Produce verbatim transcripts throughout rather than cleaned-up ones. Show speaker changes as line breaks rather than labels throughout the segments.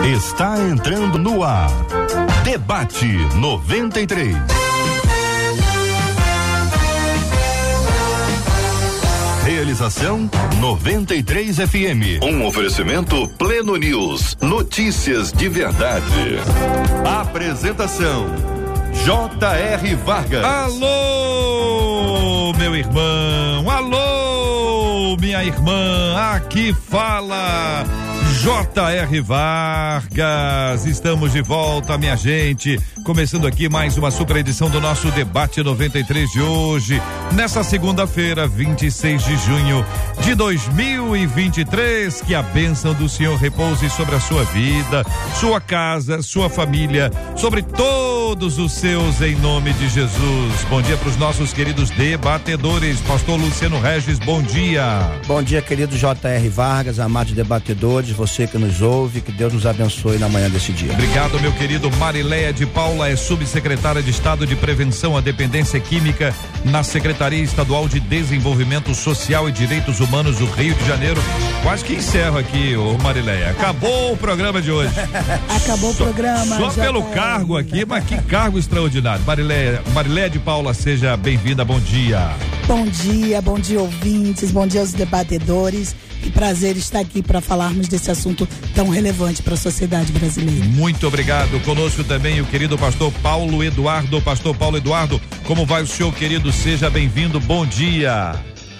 está entrando no ar. Debate noventa e três. Realização noventa e três F M. Um oferecimento Pleno News. Notícias de verdade. Apresentação J R Vargas.
Alô, meu irmão. Alô, minha irmã. Aqui fala J R Vargas. Estamos de volta, minha gente. Começando aqui mais uma super edição do nosso Debate noventa e três de hoje, nessa segunda-feira, vinte e seis de junho de dois mil e vinte e três. Que a bênção do Senhor repouse sobre a sua vida, sua casa, sua família, sobre todos os seus, em nome de Jesus. Bom dia para os nossos queridos debatedores. Pastor Luciano Regis, bom dia.
Bom dia, querido J R Vargas, amados debatedores, você que nos ouve, que Deus nos abençoe na manhã desse dia.
Obrigado, meu querido. Marileia de Paula é subsecretária de Estado de Prevenção à Dependência Química na Secretaria Estadual de Desenvolvimento Social e Direitos Humanos do Rio de Janeiro. Quase que encerro aqui, ô Marileia. Acabou o programa de hoje.
Acabou
só,
o programa.
Só
já
pelo
tá
cargo aqui, mas que cargo extraordinário. Marileia, Marileia de Paula, seja bem-vinda, bom dia.
Bom dia, bom dia ouvintes, bom dia aos debatedores. Que prazer estar aqui para falarmos desse assunto tão relevante para a sociedade brasileira.
Muito obrigado. Conosco também o querido pastor Paulo Eduardo. Pastor Paulo Eduardo, como vai o senhor, querido? Seja bem-vindo, bom dia.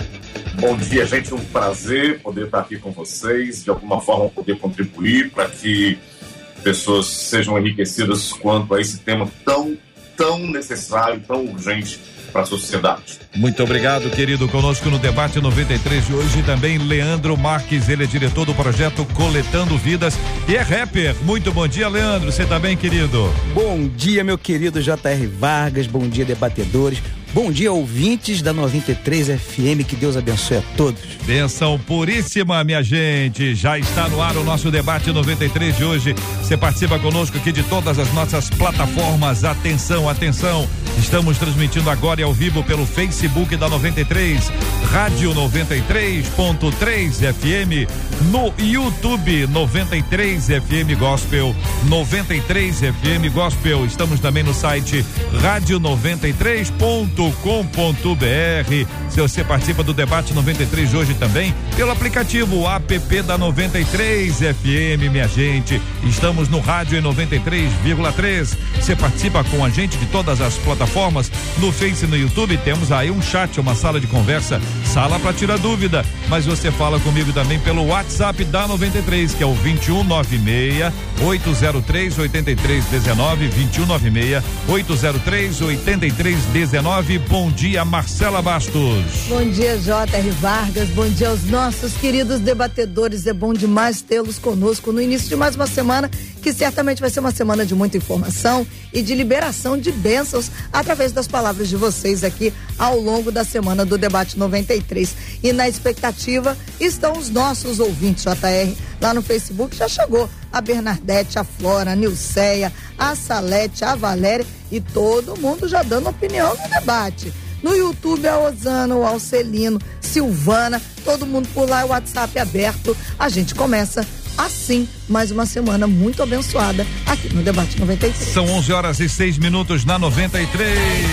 Bom dia, gente, um prazer poder estar aqui com vocês, de alguma forma poder contribuir para que pessoas sejam enriquecidas quanto a esse tema tão, tão necessário, tão urgente para a sociedade.
Muito obrigado, querido. Conosco no Debate noventa e três de hoje também Leandro Marques, ele é diretor do projeto Coletando Vidas e é rapper. Muito bom dia, Leandro, você tá bem, querido?
Bom dia, meu querido J R Vargas, bom dia, debatedores. Bom dia, ouvintes da noventa e três F M, que Deus abençoe a todos.
Benção puríssima, minha gente. Já está no ar o nosso Debate noventa e três de hoje. Você participa conosco aqui de todas as nossas plataformas. Atenção, atenção. Estamos transmitindo agora e ao vivo pelo Facebook da noventa e três, Rádio noventa e três ponto três F M, no YouTube noventa e três F M Gospel, noventa e três F M Gospel. Estamos também no site rádio noventa e três ponto com ponto b r. Se você participa do Debate noventa e três de hoje também pelo aplicativo app da noventa e três F M, minha gente. Estamos no rádio em noventa e três vírgula três. Você participa com a gente de todas as plataformas, no Face e no YouTube. Temos aí um chat, uma sala de conversa, sala para tirar dúvida, mas você fala comigo também pelo WhatsApp da noventa e três, que é o vinte e um nove seis, oito zero três, oito três um nove, vinte e um nove seis, oito zero três, oito três um nove. Bom dia, Marcela Bastos.
Bom dia, J R Vargas. Bom dia aos nossos queridos debatedores. É bom demais tê-los conosco no início de mais uma semana, que certamente vai ser uma semana de muita informação e de liberação de bênçãos através das palavras de vocês aqui ao longo da semana do Debate noventa e três. E na expectativa estão os nossos ouvintes, J R. Lá no Facebook já chegou a Bernadette, a Flora, a Nilceia, a Salete, a Valéria e todo mundo já dando opinião no debate. No YouTube, a Osana, o Alcelino, Silvana, todo mundo por lá, o WhatsApp aberto. A gente começa assim mais uma semana muito abençoada aqui no Debate noventa e três.
São onze horas e seis minutos na noventa e três.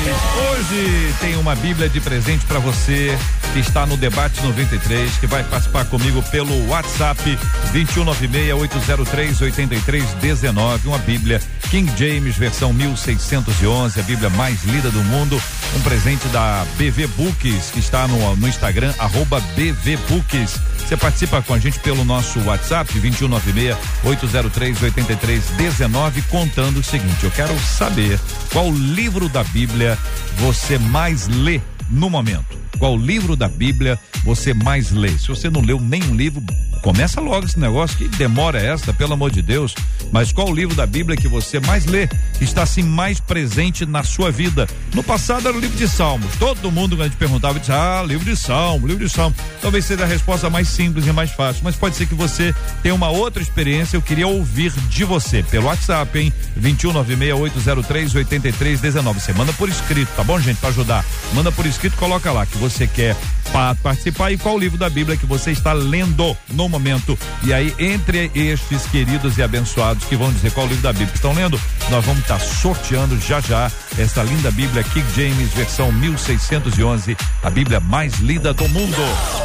Hoje tem uma Bíblia de presente para você que está no Debate noventa e três, que vai participar comigo pelo WhatsApp vinte e um nove seis, oito zero três, oito três um nove. Uma Bíblia King James versão mil seiscentos e onze, a Bíblia mais lida do mundo. Um presente da B V Books, que está no, no Instagram, arroba B V Books. Você participa com a gente pelo nosso WhatsApp vinte e um nove seis, oito zero três, oito três um nove, contando o seguinte: eu quero saber qual livro da Bíblia você mais lê no momento. Qual livro da Bíblia você mais lê? Se você não leu nenhum livro, começa logo esse negócio. Que demora é essa, pelo amor de Deus? Mas qual o livro da Bíblia que você mais lê, que está assim mais presente na sua vida? No passado era o livro de Salmos. Todo mundo, quando a gente perguntava, disse: ah, livro de Salmo, livro de Salmo. Talvez seja a resposta mais simples e mais fácil, mas pode ser que você tenha uma outra experiência. Eu queria ouvir de você pelo WhatsApp, hein? vinte e um nove seis, oito zero três, oito três um nove. Você manda por escrito, tá bom, gente? Para ajudar. Manda por escrito, coloca lá que você quer pa- participar e qual livro da Bíblia que você está lendo no momento. E aí, entre estes queridos e abençoados que vão dizer qual livro da Bíblia que estão lendo, nós vamos estar sorteando já já essa linda Bíblia King James, versão mil seiscentos e onze, a Bíblia mais lida do mundo.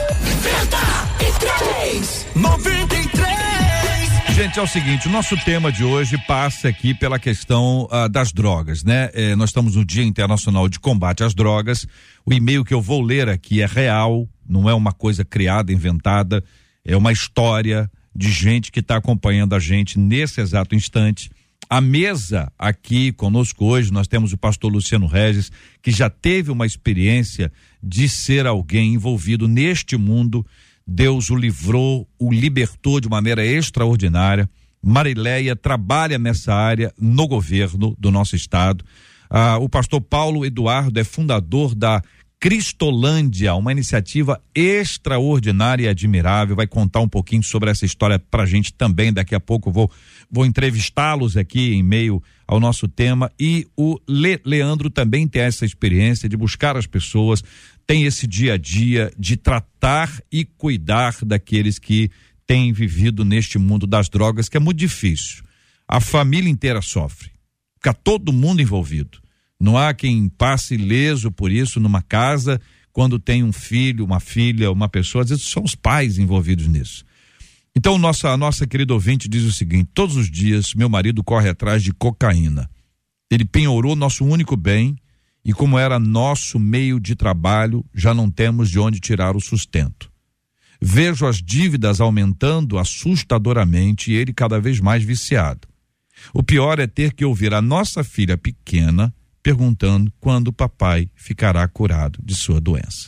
noventa e três, noventa e três.
Gente, é o seguinte, o nosso tema de hoje passa aqui pela questão ah, das drogas, né? Eh, nós estamos no Dia Internacional de Combate às Drogas. O e-mail que eu vou ler aqui é real, não é uma coisa criada, inventada, é uma história de gente que está acompanhando a gente nesse exato instante. A mesa aqui conosco hoje, nós temos o pastor Luciano Regis, que já teve uma experiência de ser alguém envolvido neste mundo. Deus o livrou, o libertou de maneira extraordinária. Marileia trabalha nessa área no governo do nosso estado. Ah, o pastor Paulo Eduardo é fundador da Cristolândia, uma iniciativa extraordinária e admirável. Vai contar um pouquinho sobre essa história pra gente também. Daqui a pouco eu vou, vou entrevistá-los aqui em meio ao nosso tema. E o Le, Leandro também tem essa experiência de buscar as pessoas, tem esse dia a dia de tratar e cuidar daqueles que têm vivido neste mundo das drogas, que é muito difícil. A família inteira sofre, fica todo mundo envolvido. Não há quem passe ileso por isso numa casa, quando tem um filho, uma filha, uma pessoa, às vezes são os pais envolvidos nisso. Então, nossa, a nossa querida ouvinte diz o seguinte: todos os dias meu marido corre atrás de cocaína. Ele penhorou nosso único bem e, como era nosso meio de trabalho, já não temos de onde tirar o sustento. Vejo as dívidas aumentando assustadoramente e ele cada vez mais viciado. O pior é ter que ouvir a nossa filha pequena perguntando quando o papai ficará curado de sua doença.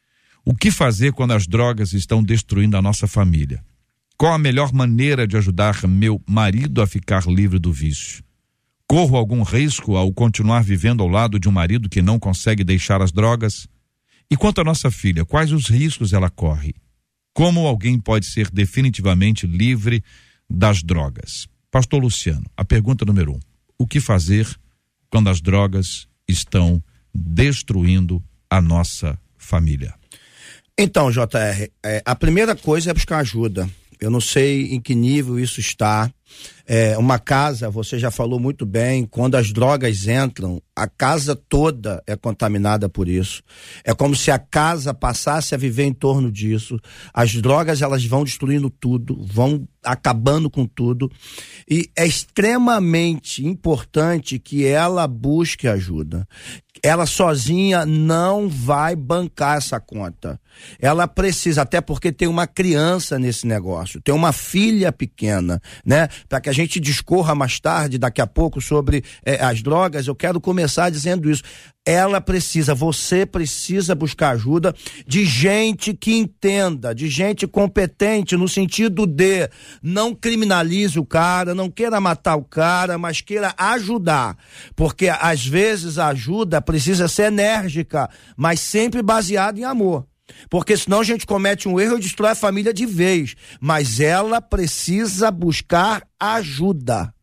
O que fazer quando as drogas estão destruindo a nossa família? Qual a melhor maneira de ajudar meu marido a ficar livre do vício? Corro algum risco ao continuar vivendo ao lado de um marido que não consegue deixar as drogas? E quanto à nossa filha, quais os riscos ela corre? Como alguém pode ser definitivamente livre das drogas? Pastor Luciano, a pergunta número um: o que fazer quando as drogas estão destruindo a nossa família?
Então, J R, é, a primeira coisa é buscar ajuda. Eu não sei em que nível isso está. É, uma casa, você já falou muito bem, quando as drogas entram, a casa toda é contaminada por isso. É como se a casa passasse a viver em torno disso. As drogas, elas vão destruindo tudo, vão acabando com tudo. E é extremamente importante que ela busque ajuda. Ela sozinha não vai bancar essa conta. Ela precisa, até porque tem uma criança nesse negócio, tem uma filha pequena, né? Para que a gente discorra mais tarde, daqui a pouco, sobre eh, as drogas, eu quero começar dizendo isso. Ela precisa, você precisa buscar ajuda de gente que entenda, de gente competente, no sentido de não criminalize o cara, não queira matar o cara, mas queira ajudar. Porque às vezes a ajuda precisa ser enérgica, mas sempre baseada em amor. Porque senão a gente comete um erro e destrói a família de vez. Mas ela precisa buscar ajuda.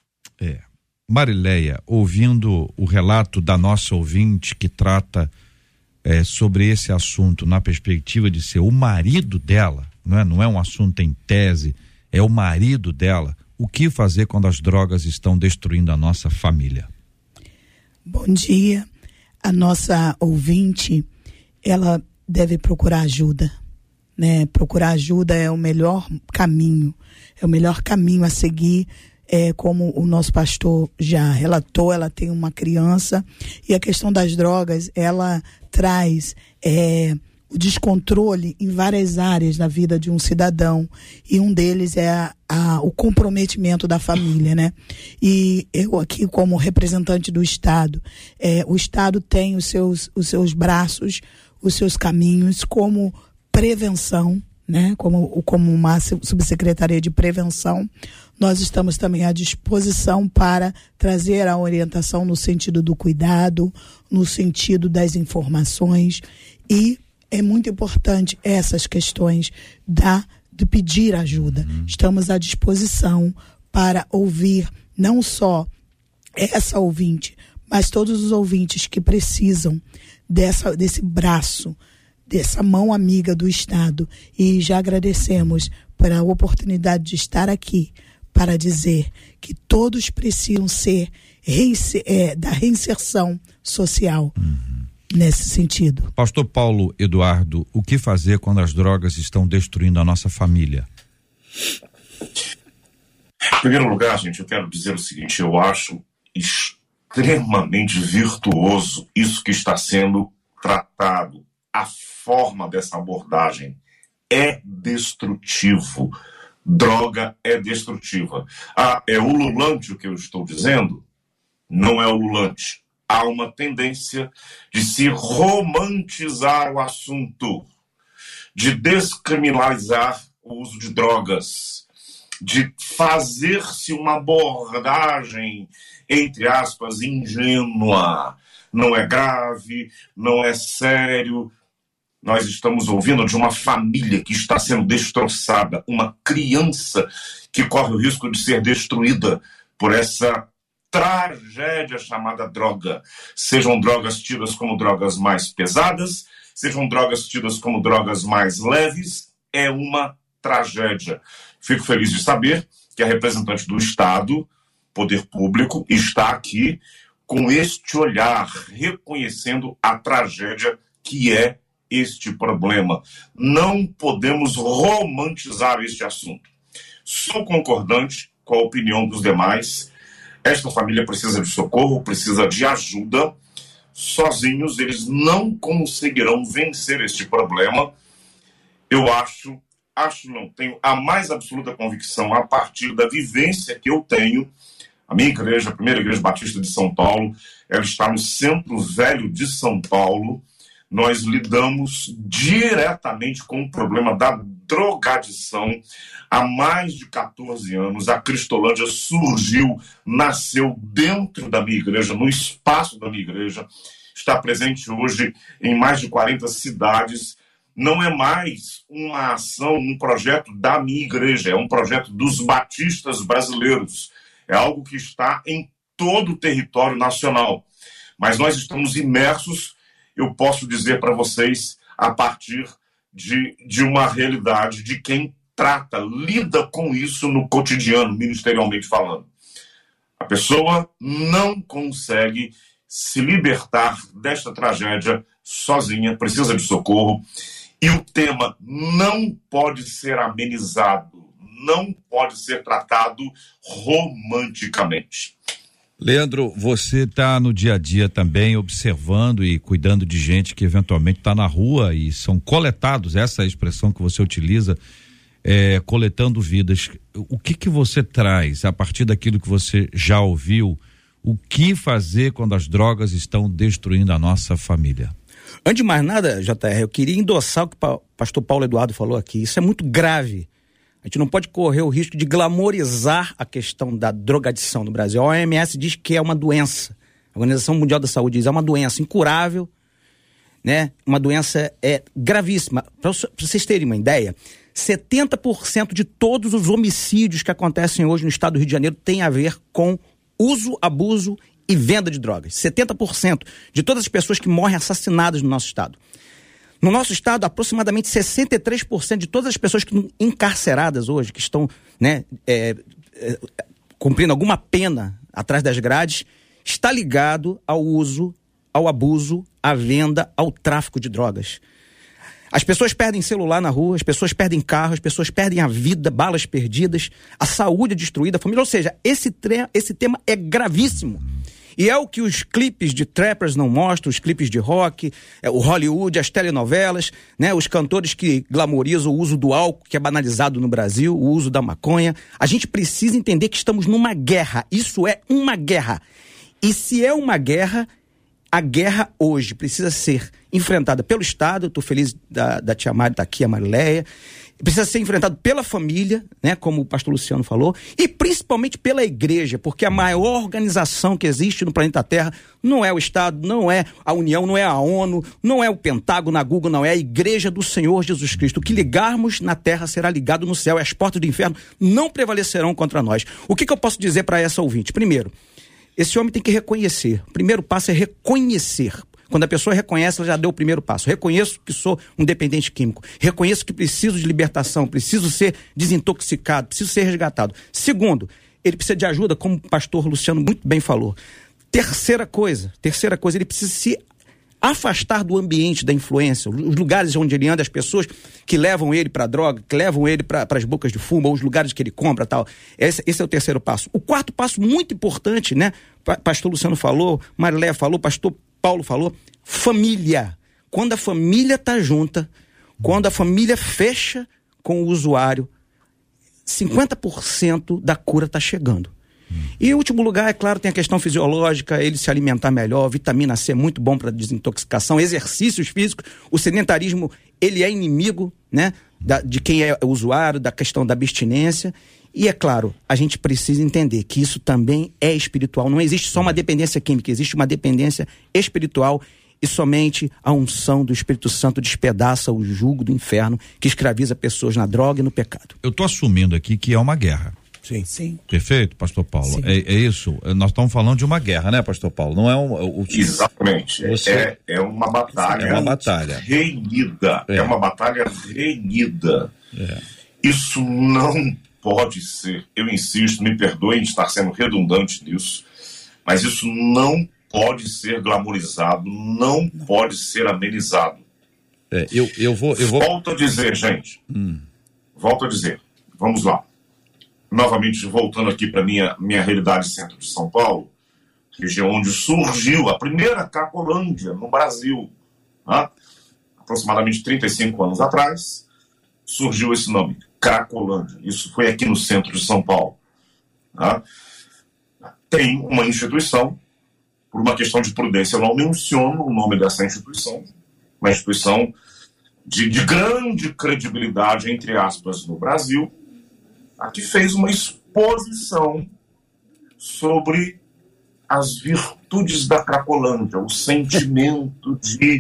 É. Marileia, ouvindo o relato da nossa ouvinte que trata é, sobre esse assunto na perspectiva de ser o marido dela, não é? Não é um assunto em tese, é o marido dela. O que fazer quando as drogas estão destruindo a nossa família?
Bom dia. A nossa ouvinte, ela deve procurar ajuda, né? Procurar ajuda é o melhor caminho, é o melhor caminho a seguir. É, como o nosso pastor já relatou, ela tem uma criança e a questão das drogas, ela traz é, o descontrole em várias áreas da vida de um cidadão, e um deles é a, a, o comprometimento da família, né? E eu aqui, como representante do Estado, é, o Estado tem os seus, os seus braços, os seus caminhos como prevenção, né? Como, como uma subsecretaria de prevenção, nós estamos também à disposição para trazer a orientação no sentido do cuidado, no sentido das informações, e é muito importante essas questões da, de pedir ajuda. Uhum. Estamos à disposição para ouvir não só essa ouvinte, mas todos os ouvintes que precisam dessa, desse braço dessa mão amiga do Estado. E já agradecemos por a oportunidade de estar aqui para dizer que todos precisam ser reinse- é, da reinserção social. Uhum. Nesse sentido.
Pastor Paulo Eduardo, o que fazer quando as drogas estão destruindo a nossa família?
Em primeiro lugar, gente, eu quero dizer o seguinte: eu acho extremamente virtuoso isso que está sendo tratado. A forma dessa abordagem é destrutivo. Droga é destrutiva. Ah, é ululante o que eu estou dizendo? Não é ululante. Há uma tendência de se romantizar o assunto, de descriminalizar o uso de drogas, de fazer-se uma abordagem, entre aspas, ingênua. Não é grave, não é sério. Nós estamos ouvindo de uma família que está sendo destroçada, uma criança que corre o risco de ser destruída por essa tragédia chamada droga. Sejam drogas tidas como drogas mais pesadas, sejam drogas tidas como drogas mais leves, é uma tragédia. Fico feliz de saber que a representante do Estado, poder público, está aqui com este olhar, reconhecendo a tragédia que é este problema. Não podemos romantizar este assunto. Sou concordante com a opinião dos demais. Esta família precisa de socorro, precisa de ajuda. Sozinhos, eles não conseguirão vencer este problema. Eu acho, acho não, tenho a mais absoluta convicção, a partir da vivência que eu tenho. A minha igreja, a primeira igreja batista de São Paulo, ela está no Centro Velho de São Paulo. Nós lidamos diretamente com o problema da drogadição há mais de quatorze anos. A Cristolândia surgiu, nasceu dentro da minha igreja, no espaço da minha igreja, está presente hoje em mais de quarenta cidades. Não é mais uma ação, um projeto da minha igreja, é um projeto dos batistas brasileiros. É algo que está em todo o território nacional. Mas nós estamos imersos, eu posso dizer para vocês, a partir de, de uma realidade de quem trata, lida com isso no cotidiano, ministerialmente falando. A pessoa não consegue se libertar desta tragédia sozinha, precisa de socorro, e o tema não pode ser amenizado, não pode ser tratado romanticamente.
Leandro, você está no dia a dia também observando e cuidando de gente que eventualmente está na rua e são coletados, essa é a expressão que você utiliza, é, coletando vidas. O que que você traz a partir daquilo que você já ouviu? O que fazer quando as drogas estão destruindo a nossa família?
Antes de mais nada, J R, eu queria endossar o que o pastor Paulo Eduardo falou aqui. Isso é muito grave. A gente não pode correr o risco de glamorizar a questão da drogadição no Brasil. A O M S diz que é uma doença. A Organização Mundial da Saúde diz que é uma doença incurável, né? Uma doença é gravíssima. Para vocês terem uma ideia, setenta por cento de todos os homicídios que acontecem hoje no estado do Rio de Janeiro tem a ver com uso, abuso e venda de drogas. setenta por cento de todas as pessoas que morrem assassinadas no nosso estado. No nosso estado, aproximadamente sessenta e três por cento de todas as pessoas que estão encarceradas hoje, que estão, né, é, é, cumprindo alguma pena atrás das grades, está ligado ao uso, ao abuso, à venda, ao tráfico de drogas. As pessoas perdem celular na rua, as pessoas perdem carro, as pessoas perdem a vida, balas perdidas, a saúde é destruída, a família. Ou seja, esse, tre- esse tema é gravíssimo. E é o que os clipes de trappers não mostram, os clipes de rock, é, o Hollywood, as telenovelas, né, os cantores que glamorizam o uso do álcool, que é banalizado no Brasil, o uso da maconha. A gente precisa entender que estamos numa guerra. Isso é uma guerra. E se é uma guerra, a guerra hoje precisa ser enfrentada pelo Estado. Estou feliz da, da tia Mari estar aqui, a Marileia. Precisa ser enfrentado pela família, né, como o pastor Luciano falou, e principalmente pela igreja, porque a maior organização que existe no planeta Terra não é o Estado, não é a União, não é a ONU, não é o Pentágono, a Google, não é a igreja do Senhor Jesus Cristo. O que ligarmos na terra será ligado no céu, e as portas do inferno não prevalecerão contra nós. O que, que eu posso dizer para essa ouvinte? Primeiro, esse homem tem que reconhecer. O primeiro passo é reconhecer. Quando a pessoa reconhece, ela já deu o primeiro passo. Reconheço que sou um dependente químico. Reconheço que preciso de libertação, preciso ser desintoxicado, preciso ser resgatado. Segundo, ele precisa de ajuda, como o pastor Luciano muito bem falou. Terceira coisa, terceira coisa, ele precisa se afastar do ambiente da influência, os lugares onde ele anda, as pessoas que levam ele para droga, que levam ele para as bocas de fumo, ou os lugares que ele compra, tal. Esse, esse é o terceiro passo. O quarto passo, muito importante, né? Pastor Luciano falou, Mariléia falou, pastor Paulo falou, família. Quando a família tá junta, quando a família fecha com o usuário, cinquenta por cento da cura tá chegando. E em último lugar, é claro, tem a questão fisiológica, ele se alimentar melhor, vitamina C é muito bom para desintoxicação, exercícios físicos, o sedentarismo, ele é inimigo, né, da, de quem é usuário, da questão da abstinência. E é claro, a gente precisa entender que isso também é espiritual, não existe só uma dependência química, existe uma dependência espiritual, e somente a unção do Espírito Santo despedaça o jugo do inferno que escraviza pessoas na droga e no pecado.
Eu estou assumindo aqui que é uma guerra.
Sim.
Sim.
Perfeito, pastor Paulo? É, é isso? Nós estamos falando de uma guerra, né, pastor Paulo? Não é um... O,
Exatamente.
Você...
É, é uma batalha.
É uma batalha.
Renhida. É, é uma batalha renhida.
É.
Isso não pode ser, eu insisto, me perdoem de estar sendo redundante nisso, mas isso não pode ser glamorizado, não pode ser amenizado.
É, eu, eu vou... Eu vou...
Volto a dizer, gente.
Hum.
Volto a dizer. Vamos lá. Novamente, voltando aqui para minha minha realidade, centro de São Paulo, região onde surgiu a primeira Cracolândia no Brasil, né? Aproximadamente trinta e cinco anos atrás, surgiu esse nome, Cracolândia. Isso foi aqui no centro de São Paulo. Né? Tem uma instituição, por uma questão de prudência, eu não menciono o nome dessa instituição, uma instituição de, de grande credibilidade, entre aspas, no Brasil, aqui fez uma exposição sobre as virtudes da Cracolândia, o sentimento de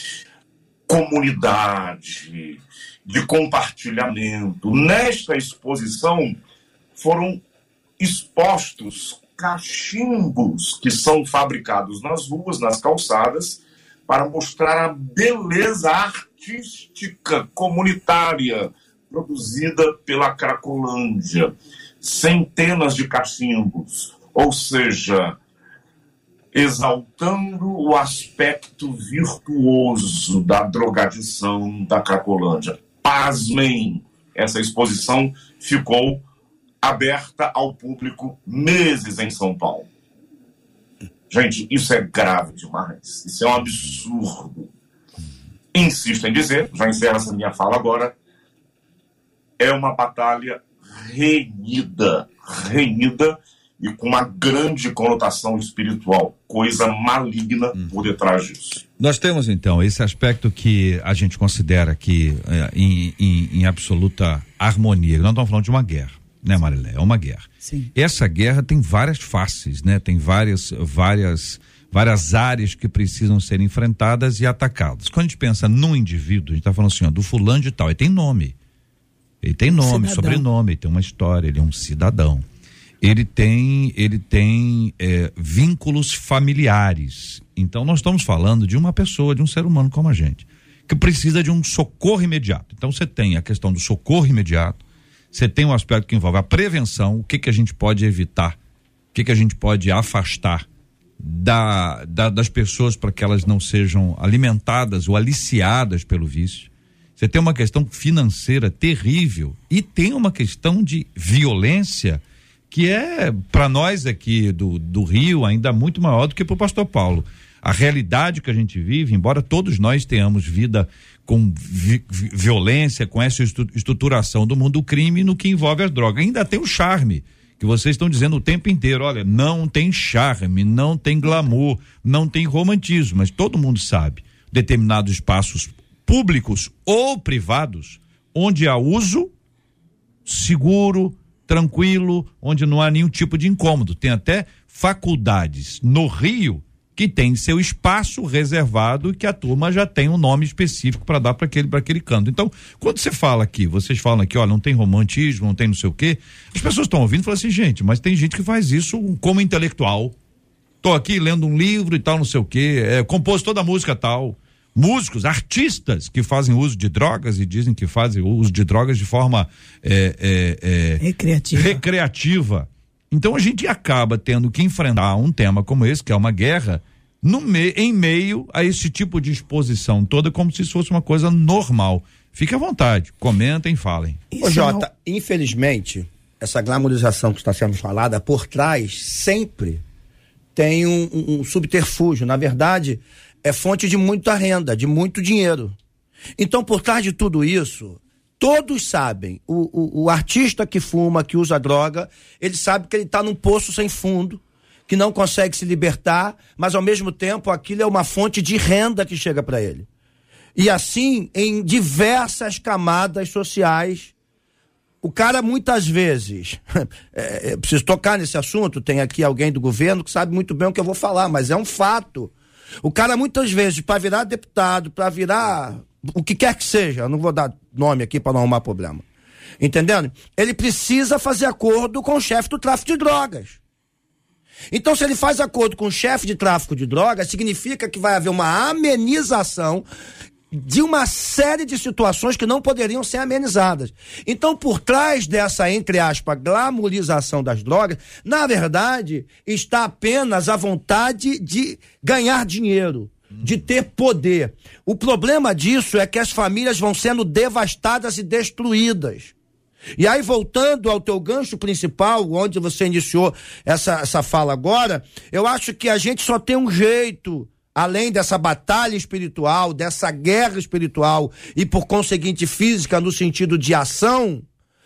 comunidade, de compartilhamento. Nesta exposição foram expostos cachimbos que são fabricados nas ruas, nas calçadas, para mostrar a beleza artística comunitária produzida pela Cracolândia, centenas de cachimbos, ou seja, exaltando o aspecto virtuoso da drogadição da Cracolândia. Pasmem, essa exposição ficou aberta ao público meses em São Paulo. Gente, isso é grave demais, isso é um absurdo. Insisto em dizer, já encerro essa minha fala agora, é uma batalha renhida, renhida e com uma grande conotação espiritual, coisa maligna hum. por detrás disso.
Nós temos, então, esse aspecto que a gente considera que é, em, em, em absoluta harmonia. Nós estamos falando de uma guerra, né, Mariléia? É uma guerra.
Sim.
Essa guerra tem várias faces, né? Tem várias, várias, várias áreas que precisam ser enfrentadas e atacadas. Quando a gente pensa num indivíduo, a gente está falando assim, ó, do fulano de tal, ele tem nome. Ele tem nome, cidadão. Sobrenome, ele tem uma história, ele é um cidadão. Ele tem, ele tem é, vínculos familiares. Então nós estamos falando de uma pessoa, de um ser humano como a gente, que precisa de um socorro imediato. Então você tem a questão do socorro imediato, você tem um aspecto que envolve a prevenção, o que que a gente pode evitar, o que que a gente pode afastar da, da, das pessoas para que elas não sejam alimentadas ou aliciadas pelo vício. Você tem uma questão financeira terrível e tem uma questão de violência que é, para nós aqui do, do Rio, ainda muito maior do que para o pastor Paulo. A realidade que a gente vive, embora todos nós tenhamos vida com vi, vi, violência, com essa estruturação do mundo do crime no que envolve as drogas, ainda tem o charme, que vocês estão dizendo o tempo inteiro, olha, não tem charme, não tem glamour, não tem romantismo, mas todo mundo sabe, determinados espaços públicos ou privados, onde há uso seguro, tranquilo, onde não há nenhum tipo de incômodo. Tem até faculdades no Rio que tem seu espaço reservado e que a turma já tem um nome específico para dar para aquele, para aquele canto. Então, quando você fala aqui, vocês falam aqui, ó, não tem romantismo, não tem não sei o quê, as pessoas estão ouvindo e falam assim, gente, mas tem gente que faz isso como intelectual. tô aqui lendo um livro e tal, não sei o quê, é compositor da música tal. Músicos, artistas que fazem uso de drogas e dizem que fazem uso de drogas de forma é, é, é,
recreativa.
recreativa. Então a gente acaba tendo que enfrentar um tema como esse, que é uma guerra, no me, em meio a esse tipo de exposição toda, como se isso fosse uma coisa normal. Fique à vontade, comentem, falem.
Ô Jota, não... infelizmente, essa glamorização que está sendo falada, por trás sempre tem um, um, um subterfúgio. Na verdade, é fonte de muita renda, de muito dinheiro. Então, por trás de tudo isso, todos sabem, o, o, o artista que fuma, que usa droga, ele sabe que ele está num poço sem fundo, que não consegue se libertar, mas ao mesmo tempo aquilo é uma fonte de renda que chega para ele. E assim, em diversas camadas sociais, o cara muitas vezes, é, é, preciso tocar nesse assunto, tem aqui alguém do governo que sabe muito bem o que eu vou falar, mas é um fato. O cara muitas vezes, para virar deputado, para virar o que quer que seja, eu não vou dar nome aqui para não arrumar problema, entendendo? Ele precisa fazer acordo com o chefe do tráfico de drogas. Então, se ele faz acordo com o chefe de tráfico de drogas, significa que vai haver uma amenização de uma série de situações que não poderiam ser amenizadas. Então, por trás dessa, entre aspas, glamorização das drogas, na verdade, está apenas a vontade de ganhar dinheiro, de ter poder. O problema disso é que as famílias vão sendo devastadas e destruídas. E aí, voltando ao teu gancho principal, onde você iniciou essa, essa fala agora, eu acho que a gente só tem um jeito, além dessa batalha espiritual, dessa guerra espiritual e, por conseguinte, física, no sentido de ação,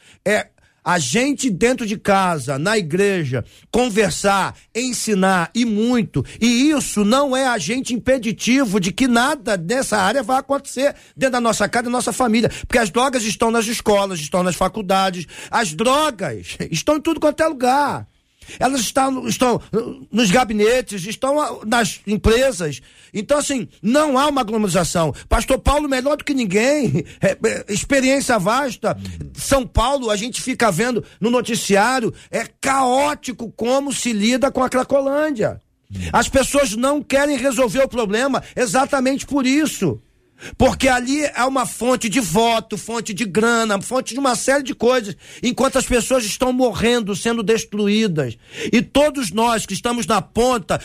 é a gente dentro de casa, na igreja, conversar, ensinar e muito. E isso não é agente impeditivo de que nada nessa área vai acontecer dentro da nossa casa e da nossa família. Porque as drogas estão nas escolas, estão nas faculdades, as drogas estão em tudo quanto é lugar. Elas estão, estão nos gabinetes, estão nas empresas. Então, assim, não há uma glamorização. Pastor Paulo, melhor do que ninguém, é, é, experiência vasta. São Paulo, a gente fica vendo no noticiário, é caótico como se lida com a Cracolândia. As pessoas não querem resolver o problema exatamente por isso. Porque ali é uma fonte de voto, fonte de grana, fonte de uma série de coisas, enquanto as pessoas estão morrendo, sendo destruídas. E todos nós que estamos na ponta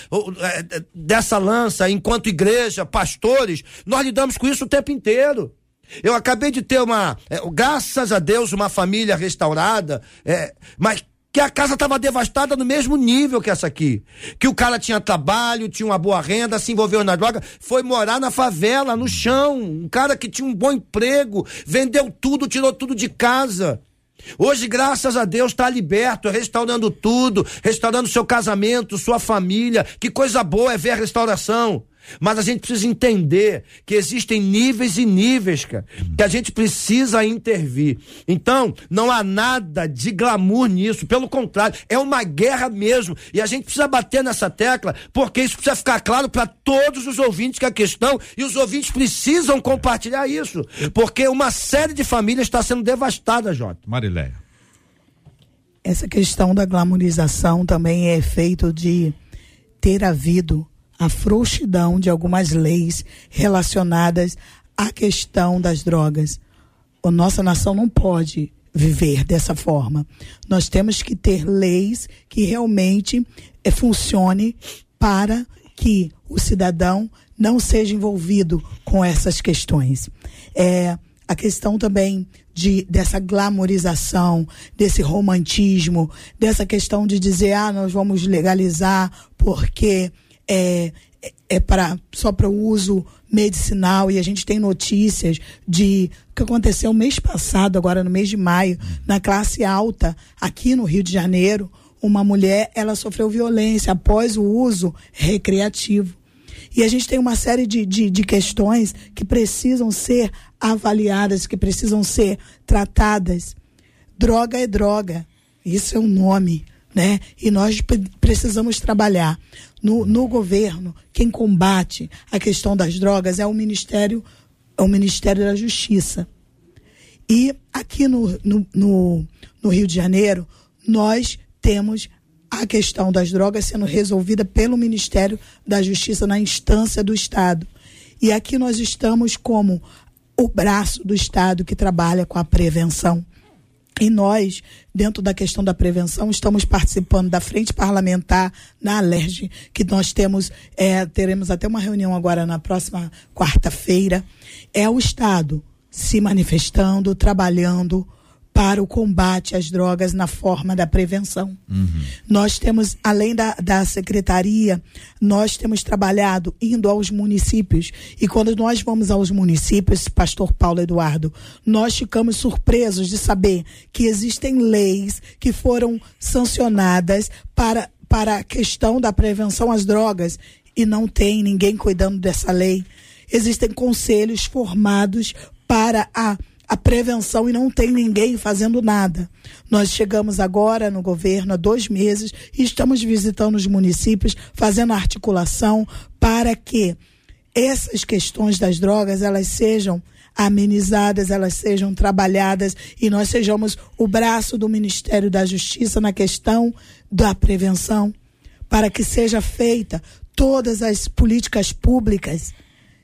dessa lança, enquanto igreja, pastores, nós lidamos com isso o tempo inteiro. Eu acabei de ter uma, é, graças a Deus, uma família restaurada, é, mas que a casa estava devastada no mesmo nível que essa aqui. Que o cara tinha trabalho, tinha uma boa renda, se envolveu na droga, foi morar na favela, no chão. Um cara que tinha um bom emprego, vendeu tudo, tirou tudo de casa. Hoje, graças a Deus, está liberto, restaurando tudo, restaurando seu casamento, sua família. Que coisa boa é ver a restauração. Mas a gente precisa entender que existem níveis e níveis, cara, que a gente precisa intervir. Então, não há nada de glamour nisso, pelo contrário, é uma guerra mesmo, e a gente precisa bater nessa tecla, porque isso precisa ficar claro para todos os ouvintes que a questão, e os ouvintes precisam compartilhar isso, porque uma série de famílias está sendo devastada, Jota.
Marileia.
Essa questão da glamorização também é efeito de ter havido a frouxidão de algumas leis relacionadas à questão das drogas. A nossa nação não pode viver dessa forma. Nós temos que ter leis que realmente é, funcione para que o cidadão não seja envolvido com essas questões. É, a questão também de, dessa glamorização, desse romantismo, dessa questão de dizer, ah, nós vamos legalizar porque É, é para, só para o uso medicinal, e a gente tem notícias de que aconteceu mês passado, agora no mês de maio, na classe alta, aqui no Rio de Janeiro, uma mulher, ela sofreu violência após o uso recreativo. E a gente tem uma série de, de, de questões que precisam ser avaliadas, que precisam ser tratadas. Droga é droga, isso é um nome, né? E nós precisamos trabalhar. No, no governo, quem combate a questão das drogas é o Ministério, é o Ministério da Justiça. E aqui no, no, no, no Rio de Janeiro, nós temos a questão das drogas sendo resolvida pelo Ministério da Justiça na instância do Estado. E aqui nós estamos como o braço do Estado que trabalha com a prevenção. E nós, dentro da questão da prevenção, estamos participando da frente parlamentar na Alerj, que nós temos, é, teremos até uma reunião agora na próxima quarta-feira. É o Estado se manifestando, trabalhando para o combate às drogas na forma da prevenção. Uhum. Nós temos, além da, da secretaria, nós temos trabalhado indo aos municípios, e quando nós vamos aos municípios, pastor Paulo Eduardo, nós ficamos surpresos de saber que existem leis que foram sancionadas para, para a questão da prevenção às drogas, e não tem ninguém cuidando dessa lei. Existem conselhos formados para a a prevenção e não tem ninguém fazendo nada. Nós chegamos agora no governo há dois meses e estamos visitando os municípios, fazendo articulação para que essas questões das drogas, elas sejam amenizadas, elas sejam trabalhadas e nós sejamos o braço do Ministério da Justiça na questão da prevenção, para que seja feita todas as políticas públicas,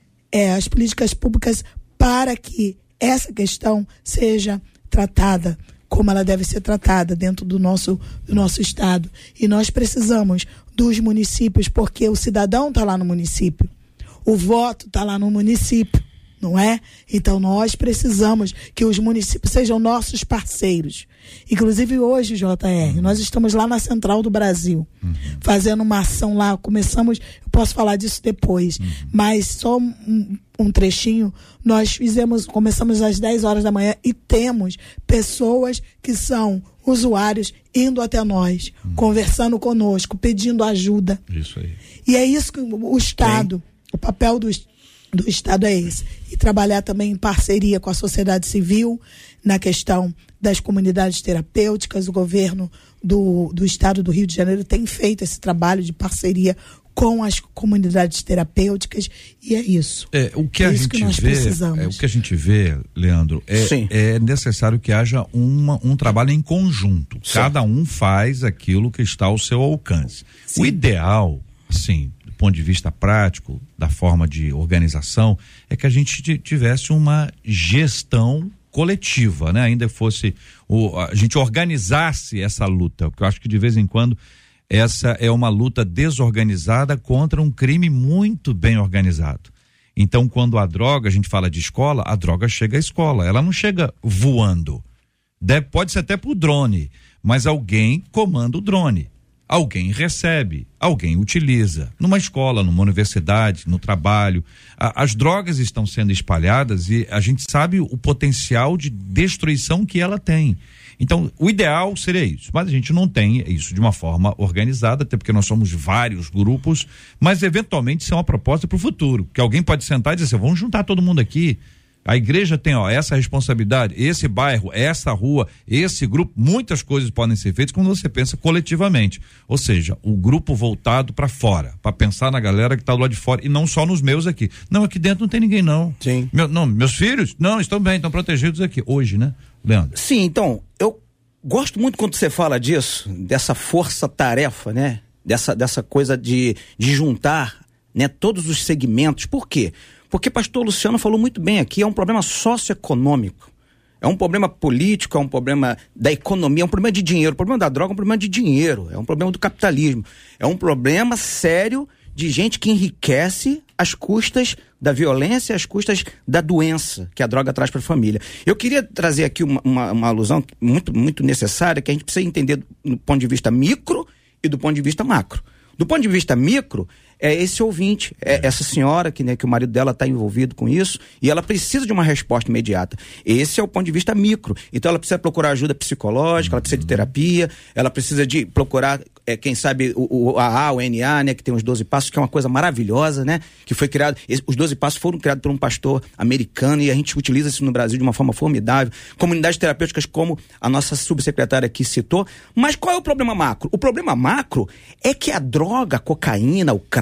é, as políticas públicas para que essa questão seja tratada como ela deve ser tratada dentro do nosso, do nosso estado. E nós precisamos dos municípios, porque o cidadão está lá no município, o voto está lá no município, não é? Então nós precisamos que os municípios sejam nossos parceiros. Inclusive hoje, J R, nós estamos lá na Central do Brasil, uhum. fazendo uma ação lá, começamos, eu posso falar disso depois, uhum. mas só um, um trechinho, nós fizemos, começamos às dez horas da manhã e temos pessoas que são usuários indo até nós, uhum. conversando conosco, pedindo ajuda.
Isso aí.
E é isso que o Estado, Sim. o papel do do Estado é esse. E trabalhar também em parceria com a sociedade civil na questão das comunidades terapêuticas. O governo do, do Estado do Rio de Janeiro tem feito esse trabalho de parceria com as comunidades terapêuticas e é isso.
É, o que
é
a
isso
gente
que nós
vê,
precisamos.
É, o que a gente vê, Leandro, é, é necessário que haja uma, um trabalho em conjunto. Sim. Cada um faz aquilo que está ao seu alcance. Sim. O ideal, assim, do ponto de vista prático, da forma de organização, é que a gente tivesse uma gestão coletiva, né? Ainda fosse o, a gente organizasse essa luta, porque eu acho que de vez em quando essa é uma luta desorganizada contra um crime muito bem organizado. Então, quando a droga, a gente fala de escola, a droga chega à escola, ela não chega voando. Deve, pode ser até por drone, mas alguém comanda o drone. Alguém recebe, alguém utiliza. Numa escola, numa universidade, no trabalho. A, as drogas estão sendo espalhadas e a gente sabe o potencial de destruição que ela tem. Então, o ideal seria isso, mas a gente não tem isso de uma forma organizada, até porque nós somos vários grupos, mas eventualmente isso é uma proposta para o futuro, que alguém pode sentar e dizer assim, vamos juntar todo mundo aqui. A igreja tem, ó, essa responsabilidade, esse bairro, essa rua, esse grupo, muitas coisas podem ser feitas quando você pensa coletivamente. Ou seja, o grupo voltado para fora, para pensar na galera que está do lado de fora e não só nos meus aqui. Não, aqui dentro não tem ninguém não.
Sim.
Meu, não, meus filhos, não, estão bem, estão protegidos aqui. Hoje, né, Leandro?
Sim, então, eu gosto muito quando você fala disso, dessa força-tarefa, né? Dessa, dessa coisa de, de juntar, né, todos os segmentos. Por quê? Porque o pastor Luciano falou muito bem aqui, é um problema socioeconômico, é um problema político, é um problema da economia, é um problema de dinheiro. O problema da droga é um problema de dinheiro, é um problema do capitalismo, é um problema sério de gente que enriquece às custas da violência, às custas da doença que a droga traz para a família. Eu queria trazer aqui uma, uma, uma alusão muito, muito necessária, que a gente precisa entender do ponto de vista micro e do ponto de vista macro. Do ponto de vista micro, é esse ouvinte, é essa senhora que, né, que o marido dela está envolvido com isso e ela precisa de uma resposta imediata. Esse é o ponto de vista micro. Então ela precisa procurar ajuda psicológica, ela precisa de terapia, ela precisa de procurar, é, quem sabe, o, o A A, o N A, né, que tem os doze passos, que é uma coisa maravilhosa, né, que foi criado, os doze passos foram criados por um pastor americano e a gente utiliza isso no Brasil de uma forma formidável. Comunidades terapêuticas como a nossa subsecretária aqui citou. Mas qual é o problema macro? O problema macro é que a droga, a cocaína, o crack,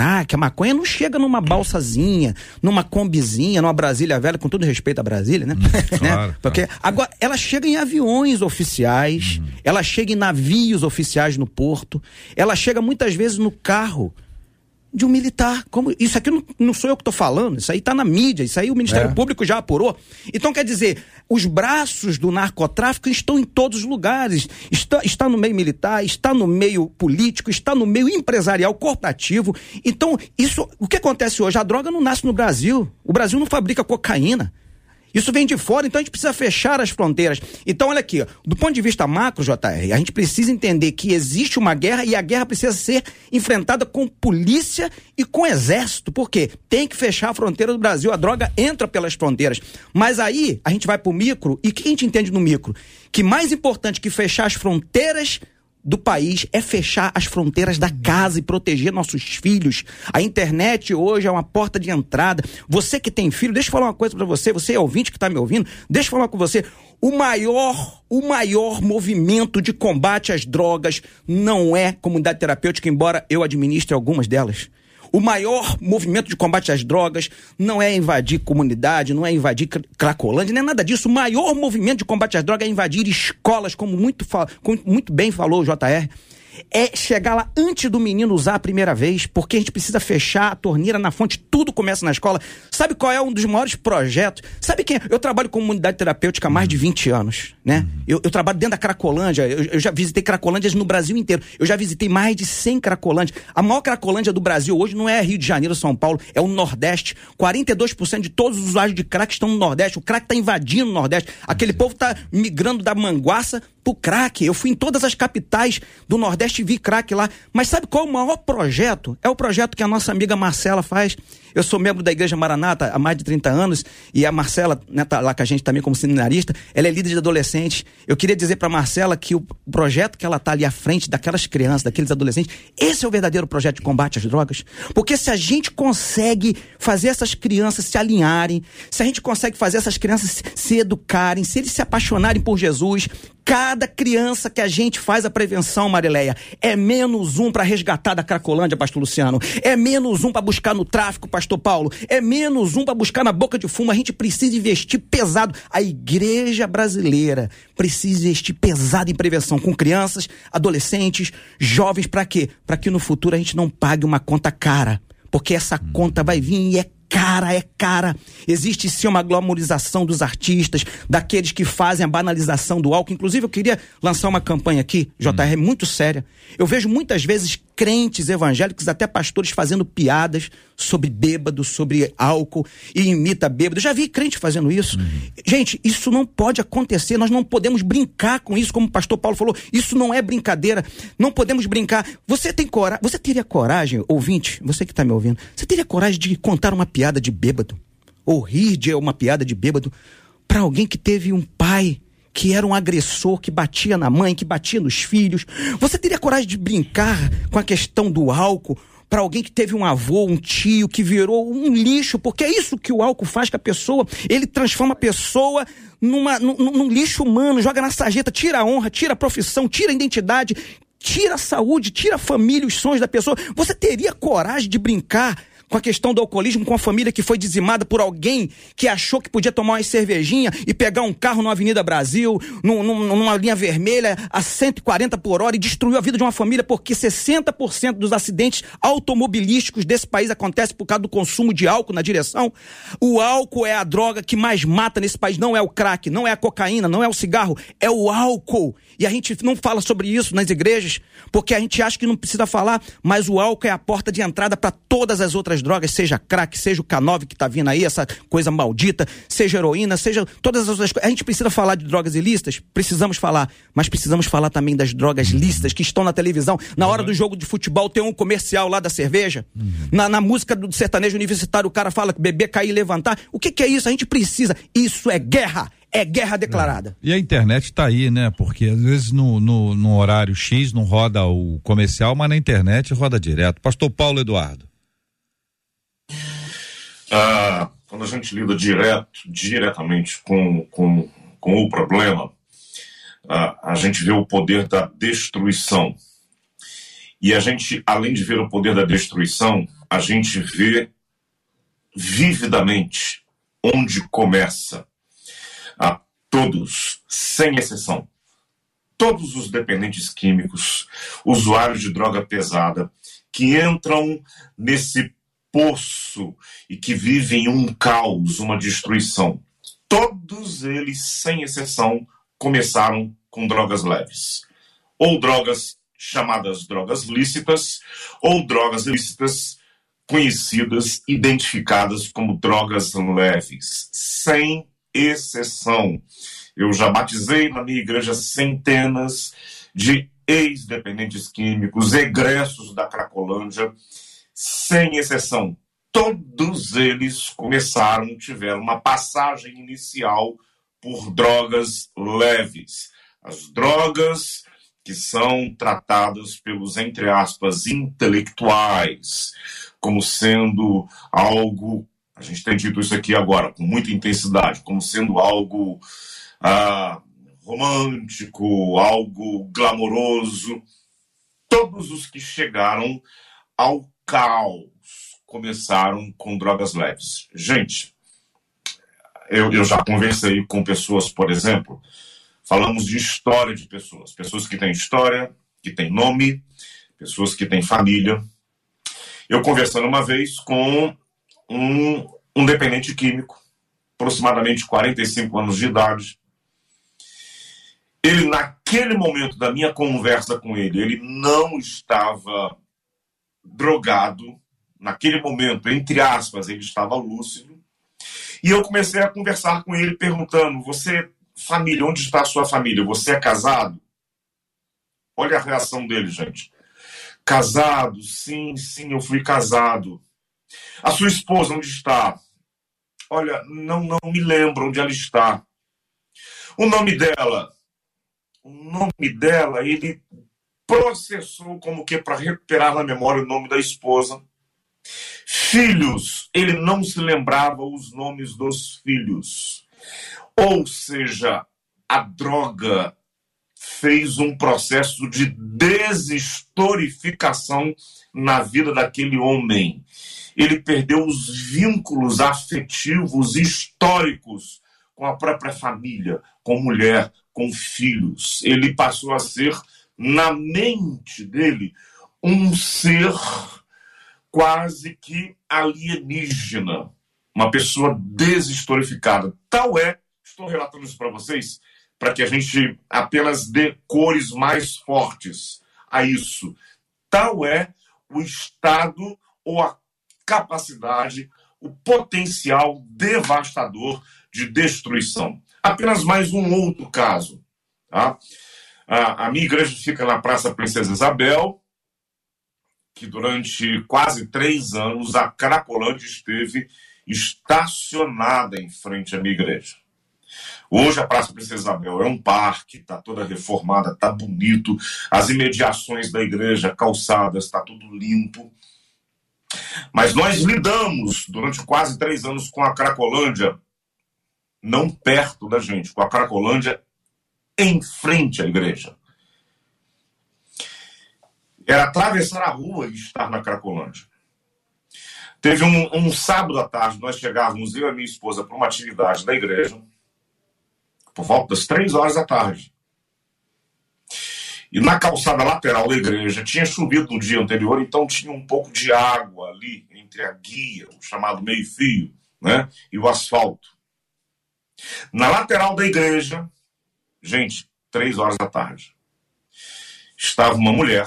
crack, a maconha não chega numa balsazinha, numa combizinha, numa Brasília velha, com todo respeito à Brasília, né?
Hum, claro,
né? Porque agora ela chega em aviões oficiais, uhum. ela chega em navios oficiais no porto, ela chega muitas vezes no carro de um militar. Como isso aqui não, não sou eu que estou falando, isso aí está na mídia, isso aí o Ministério é. Público já apurou. Então, quer dizer, os braços do narcotráfico estão em todos os lugares, está, está no meio militar, está no meio político, está no meio empresarial, corporativo. Então, isso, o que acontece hoje? A droga não nasce no Brasil, o Brasil não fabrica cocaína. Isso vem de fora, então a gente precisa fechar as fronteiras. Então, olha aqui, ó, do ponto de vista macro, J R, a gente precisa entender que existe uma guerra e a guerra precisa ser enfrentada com polícia e com exército. Por quê? Tem que fechar a fronteira do Brasil, a droga entra pelas fronteiras. Mas aí, a gente vai pro micro, e o que a gente entende no micro? Que mais importante que fechar as fronteiras do país é fechar as fronteiras da casa e proteger nossos filhos. A internet hoje é uma porta de entrada. Você que tem filho, deixa eu falar uma coisa pra você, você é ouvinte que tá me ouvindo, deixa eu falar com você. O maior, o maior movimento de combate às drogas não é comunidade terapêutica, embora eu administre algumas delas. O maior movimento de combate às drogas não é invadir comunidade, não é invadir Cracolândia, não é nada disso. O maior movimento de combate às drogas é invadir escolas, como muito, como muito bem falou o J R. É chegar lá antes do menino usar a primeira vez, porque a gente precisa fechar a torneira na fonte, tudo começa na escola. Sabe qual é um dos maiores projetos? Sabe quem é? Eu trabalho com comunidade terapêutica há mais de vinte anos, né? Eu, eu trabalho dentro da Cracolândia, eu, eu já visitei Cracolândias no Brasil inteiro, eu já visitei mais de cem Cracolândias. A maior Cracolândia do Brasil hoje não é Rio de Janeiro, São Paulo, é o Nordeste. quarenta e dois por cento de todos os usuários de crack estão no Nordeste, o crack está invadindo o Nordeste, aquele povo está migrando da Manguaça pro crack. Eu fui em todas as capitais do Nordeste e vi crack lá. Mas sabe qual é o maior projeto? É o projeto que a nossa amiga Marcela faz. Eu sou membro da Igreja Maranata há mais de trinta anos e a Marcela, né, tá lá com a gente também como seminarista, ela é líder de adolescentes. Eu queria dizer pra Marcela que o projeto que ela tá ali à frente daquelas crianças, daqueles adolescentes, esse é o verdadeiro projeto de combate às drogas. Porque se a gente consegue fazer essas crianças se alinharem, se a gente consegue fazer essas crianças se, se educarem, se eles se apaixonarem por Jesus, cada criança que a gente faz a prevenção, Marileia, é menos um para resgatar da Cracolândia, pastor Luciano. É menos um para buscar no tráfico, pastor Paulo. É menos um para buscar na boca de fumo. A gente precisa investir pesado. A igreja brasileira precisa investir pesado em prevenção com crianças, adolescentes, jovens. Para quê? Para que no futuro a gente não pague uma conta cara. Porque essa conta vai vir e é cara, é cara. Existe sim uma glamorização dos artistas, daqueles que fazem a banalização do álcool. Inclusive, eu queria lançar uma campanha aqui, J R, muito séria. Eu vejo muitas vezes crentes evangélicos, até pastores, fazendo piadas sobre bêbado, sobre álcool, e imita bêbado. Já vi crente fazendo isso. Uhum. Gente, isso não pode acontecer. Nós não podemos brincar com isso, como o pastor Paulo falou. Isso não é brincadeira. Não podemos brincar. Você tem coragem, você teria coragem, ouvinte, você que está me ouvindo, você teria coragem de contar uma piada de bêbado? Ou rir de uma piada de bêbado para alguém que teve um pai que era um agressor, que batia na mãe, que batia nos filhos? Você teria coragem de brincar com a questão do álcool para alguém que teve um avô, um tio, que virou um lixo? Porque é isso que o álcool faz com a pessoa. Ele transforma a pessoa numa, num, num lixo humano, joga na sarjeta, tira a honra, tira a profissão, tira a identidade, tira a saúde, tira a família, os sonhos da pessoa. Você teria coragem de brincar com a questão do alcoolismo, com a família que foi dizimada por alguém que achou que podia tomar uma cervejinha e pegar um carro na Avenida Brasil, num, num, numa linha vermelha a cento e quarenta por hora, e destruiu a vida de uma família? Porque sessenta por cento dos acidentes automobilísticos desse país acontecem por causa do consumo de álcool na direção. O álcool é a droga que mais mata nesse país. Não é o crack, não é a cocaína, não é o cigarro, é o álcool. E a gente não fala sobre isso nas igrejas, porque a gente acha que não precisa falar, mas o álcool é a porta de entrada para todas as outras drogas, seja crack, seja o K nove que tá vindo aí, essa coisa maldita, seja heroína, seja todas as outras coisas. A gente precisa falar de drogas ilícitas? Precisamos falar, mas precisamos falar também das drogas lícitas que estão na televisão. Na hora do jogo de futebol tem um comercial lá da cerveja. Uhum. Na, na música do sertanejo universitário o cara fala que beber, cair e levantar. O que que é isso? A gente precisa. Isso é guerra. É guerra declarada.
É. E a internet tá aí, né? Porque às vezes no, no, no horário X não roda o comercial, mas na internet roda direto. Pastor Paulo Eduardo.
Ah, quando a gente lida direto, diretamente com, com, com o problema, ah, a gente vê o poder da destruição. E a gente, além de ver o poder da destruição, a gente vê vividamente onde começa a todos, sem exceção, todos os dependentes químicos, usuários de droga pesada, que entram nesse poço e que vivem um caos, uma destruição. Todos eles, sem exceção, começaram com drogas leves. Ou drogas chamadas drogas lícitas, ou drogas ilícitas conhecidas, identificadas como drogas leves. Sem exceção. Eu já batizei na minha igreja centenas de ex-dependentes químicos, egressos da Cracolândia, sem exceção. Todos eles começaram, tiveram uma passagem inicial por drogas leves. As drogas que são tratadas pelos, entre aspas, intelectuais, como sendo algo, a gente tem dito isso aqui agora, com muita intensidade, como sendo algo ah, romântico, algo glamouroso. Todos os que chegaram ao caos começaram com drogas leves. Gente, eu, eu já conversei com pessoas, por exemplo, falamos de história de pessoas, pessoas que têm história, que têm nome, pessoas que têm família. Eu conversando uma vez com um, um dependente químico, aproximadamente quarenta e cinco anos de idade. Ele, naquele momento da minha conversa com ele, ele não estava drogado. Naquele momento, entre aspas, ele estava lúcido. E eu comecei a conversar com ele, perguntando: você, família, onde está a sua família? Você é casado? Olha a reação dele, gente. Casado, sim, sim, eu fui casado. A sua esposa, onde está? Olha, não, não me lembro onde ela está. O nome dela? O nome dela, ele processou como que para recuperar na memória o nome da esposa. Filhos, ele não se lembrava os nomes dos filhos. Ou seja, a droga fez um processo de deshistorificação na vida daquele homem. Ele perdeu os vínculos afetivos históricos com a própria família, com mulher, com filhos. Ele passou a ser, na mente dele, um ser quase que alienígena, uma pessoa deshistorificada. Tal é, estou relatando isso para vocês, para que a gente apenas dê cores mais fortes a isso. Tal é o estado ou a capacidade, o potencial devastador de destruição. Apenas mais um outro caso. Tá? A, a minha igreja fica na Praça Princesa Isabel, que durante quase três anos a Cracolândia esteve estacionada em frente à minha igreja. Hoje a Praça Princesa Isabel é um parque, está toda reformada, está bonito, as imediações da igreja, calçadas, está tudo limpo. Mas nós lidamos durante quase três anos com a Cracolândia, não perto da gente, com a Cracolândia em frente à igreja. Era atravessar a rua e estar na Cracolândia. Teve um, um sábado à tarde, nós chegávamos, eu e a minha esposa, para uma atividade da igreja, por volta das três horas da tarde. E na calçada lateral da igreja, tinha chovido no dia anterior, então tinha um pouco de água ali, entre a guia, o chamado meio-fio, né, e o asfalto. Na lateral da igreja, gente, três horas da tarde, estava uma mulher.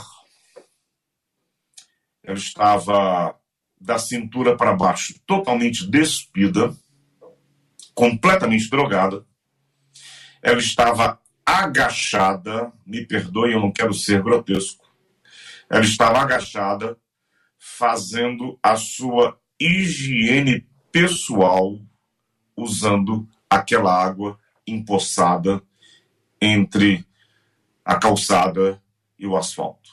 Ela estava da cintura para baixo, totalmente despida, completamente drogada. Ela estava agachada, me perdoe, eu não quero ser grotesco. Ela estava agachada, fazendo a sua higiene pessoal, usando aquela água empoçada entre a calçada e o asfalto.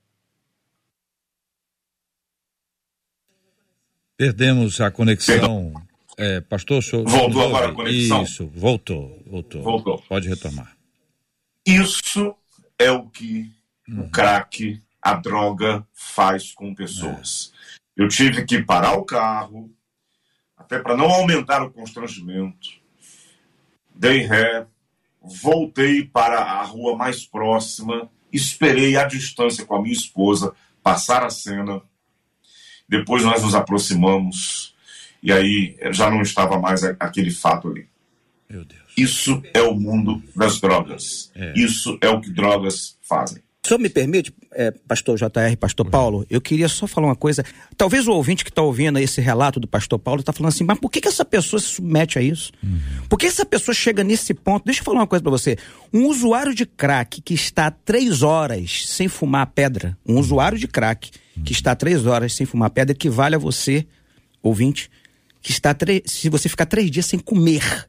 Perdemos a conexão. É, pastor, senhor,
voltou agora a conexão?
Isso, voltou, voltou.
Voltou.
Pode retomar.
Isso é o que uhum. o crack, a droga, faz com pessoas. Eu tive que parar o carro, até para não aumentar o constrangimento. Dei ré, voltei para a rua mais próxima, esperei à distância com a minha esposa passar a cena. Depois nós nos aproximamos e aí já não estava mais aquele fato ali.
Meu Deus.
Isso é o mundo das drogas. É. Isso é o que drogas fazem.
O senhor me permite, é, pastor J R, pastor Paulo, eu queria só falar uma coisa. Talvez o ouvinte que está ouvindo esse relato do pastor Paulo está falando assim, mas por que, que essa pessoa se submete a isso? Uhum. Por que essa pessoa chega nesse ponto? Deixa eu falar uma coisa para você. Um usuário de crack que está três horas sem fumar a pedra, um usuário de crack uhum. que está três horas sem fumar a pedra, equivale a você, ouvinte, que está tre- se você ficar três dias sem comer.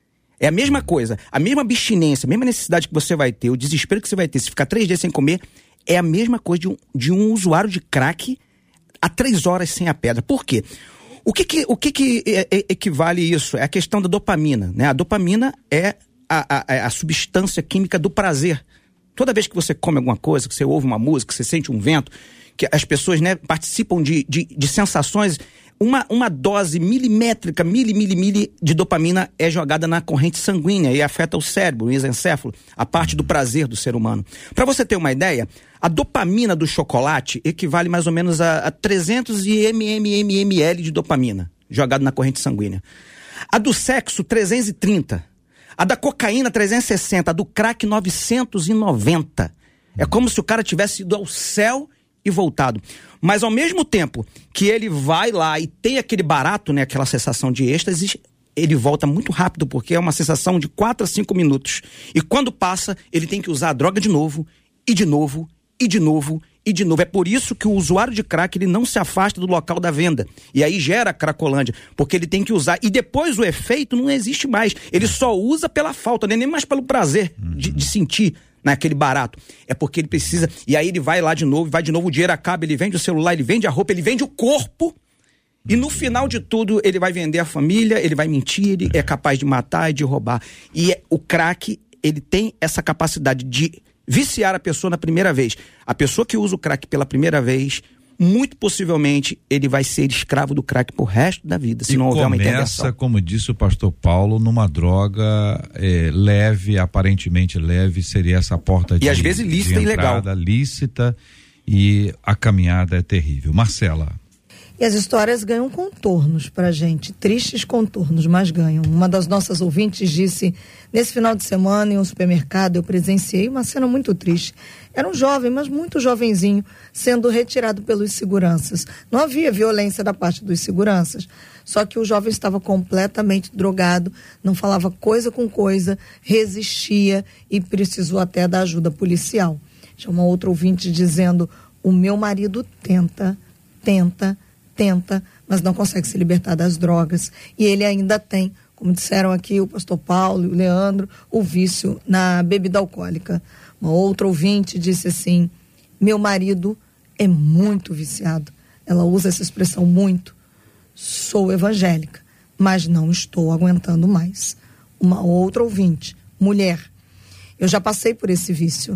É a mesma coisa, a mesma abstinência, a mesma necessidade que você vai ter, o desespero que você vai ter se ficar três dias sem comer, é a mesma coisa de um, de um usuário de crack há três horas sem a pedra. Por quê? O que que, o que, que é, é, equivale isso? É a questão da dopamina, né? A dopamina é a, a, a substância química do prazer. Toda vez que você come alguma coisa, que você ouve uma música, que você sente um vento, que as pessoas, né, participam de, de, de sensações... Uma, uma dose milimétrica, mili, mili, mili de dopamina é jogada na corrente sanguínea e afeta o cérebro, o mesencéfalo, a parte do prazer do ser humano. Para você ter uma ideia, a dopamina do chocolate equivale mais ou menos a, a trezentos mililitros de dopamina jogada na corrente sanguínea. A do sexo, trezentos e trinta. A da cocaína, trezentos e sessenta. A do crack, novecentos e noventa. É como se o cara tivesse ido ao céu e voltado. Mas ao mesmo tempo que ele vai lá e tem aquele barato, né, aquela sensação de êxtase, ele volta muito rápido, porque é uma sensação de quatro a cinco minutos. E quando passa, ele tem que usar a droga de novo, e de novo, e de novo, e de novo. É por isso que o usuário de crack, ele não se afasta do local da venda. E aí gera a cracolândia, porque ele tem que usar. E depois o efeito não existe mais. Ele só usa pela falta, né? Nem mais pelo prazer de, de sentir naquele barato. É porque ele precisa, e aí ele vai lá de novo, vai de novo, o dinheiro acaba, ele vende o celular, ele vende a roupa, ele vende o corpo, e no final de tudo ele vai vender a família, ele vai mentir, ele é capaz de matar e de roubar. E é, o crack, ele tem essa capacidade de viciar a pessoa na primeira vez. A pessoa que usa o crack pela primeira vez, muito possivelmente ele vai ser escravo do crack pro resto da vida, se
e
não houver uma intervenção.
Começa, como disse o pastor Paulo, numa droga é, leve, aparentemente leve, seria essa porta de,
e às vezes lícita
de entrada,
e legal.
lícita, e a caminhada é terrível. Marcela.
E as histórias ganham contornos pra gente, tristes contornos, mas ganham. Uma das nossas ouvintes disse, nesse final de semana em um supermercado eu presenciei uma cena muito triste. Era um jovem, mas muito jovenzinho, sendo retirado pelos seguranças. Não havia violência da parte dos seguranças, só que o jovem estava completamente drogado, não falava coisa com coisa, resistia e precisou até da ajuda policial. Tinha uma outra ouvinte dizendo, o meu marido tenta, tenta, tenta, mas não consegue se libertar das drogas. E ele ainda tem, como disseram aqui o pastor Paulo e o Leandro, o vício na bebida alcoólica. Uma outra ouvinte disse assim, meu marido é muito viciado. Ela usa essa expressão muito. Sou evangélica, mas não estou aguentando mais. Uma outra ouvinte, mulher, eu já passei por esse vício.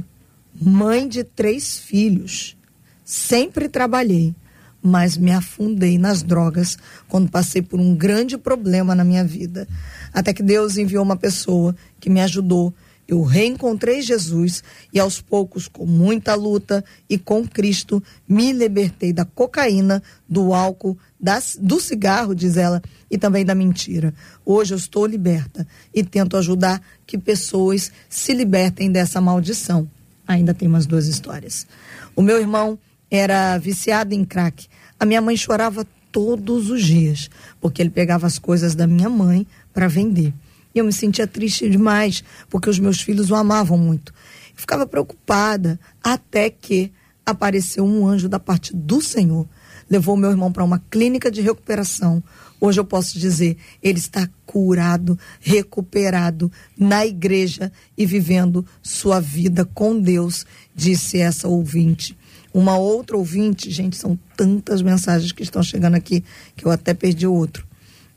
Mãe de três filhos, sempre trabalhei, mas me afundei nas drogas quando passei por um grande problema na minha vida. Até que Deus enviou uma pessoa que me ajudou. Eu reencontrei Jesus e aos poucos, com muita luta e com Cristo, me libertei da cocaína, do álcool, das, do cigarro, diz ela, e também da mentira. Hoje eu estou liberta e tento ajudar que pessoas se libertem dessa maldição. Ainda tem umas duas histórias. O meu irmão era viciado em crack. A minha mãe chorava todos os dias, porque ele pegava as coisas da minha mãe para vender. E eu me sentia triste demais, porque os meus filhos o amavam muito. Eu ficava preocupada, até que apareceu um anjo da parte do Senhor. Levou meu irmão para uma clínica de recuperação. Hoje eu posso dizer, ele está curado, recuperado na igreja e vivendo sua vida com Deus, disse essa ouvinte. Uma outra ouvinte, gente, são tantas mensagens que estão chegando aqui, que eu até perdi o outro.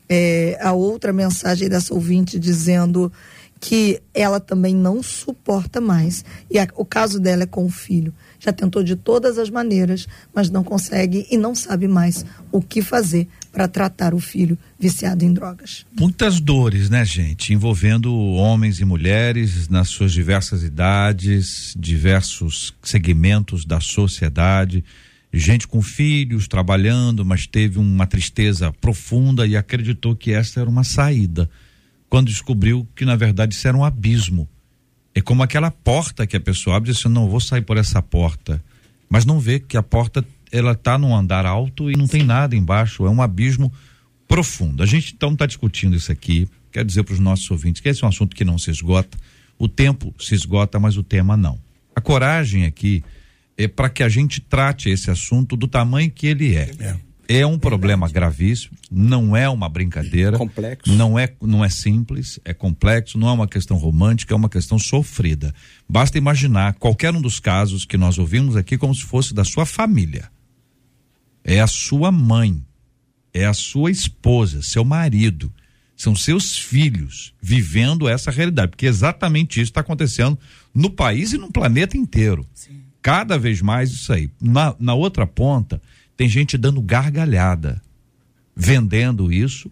É, a outra mensagem dessa ouvinte dizendo que ela também não suporta mais. E a, o caso dela é com o filho, já tentou de todas as maneiras, mas não consegue e não sabe mais o que fazer para tratar o filho viciado em drogas.
Muitas dores, né, gente? Envolvendo homens e mulheres nas suas diversas idades, diversos segmentos da sociedade. Gente com filhos, trabalhando, mas teve uma tristeza profunda e acreditou que essa era uma saída, quando descobriu que na verdade isso era um abismo. É como aquela porta que a pessoa abre e diz assim, não, vou sair por essa porta, mas não vê que a porta, ela está num andar alto e não tem nada embaixo, é um abismo profundo. A gente então está discutindo isso aqui, quero dizer para os nossos ouvintes que esse é um assunto que não se esgota, o tempo se esgota, mas o tema não. A coragem aqui é para que a gente trate esse assunto do tamanho que ele é. É, é um problema Verdade. gravíssimo, não é uma brincadeira.
Complexo.
Não é, não é simples, é complexo, não é uma questão romântica, é uma questão sofrida. Basta imaginar qualquer um dos casos que nós ouvimos aqui como se fosse da sua família. É a sua mãe, é a sua esposa, seu marido, são seus filhos vivendo essa realidade, porque exatamente isso está acontecendo no país e no planeta inteiro. Sim. Cada vez mais isso aí. Na, na outra ponta, tem gente dando gargalhada, vendendo isso,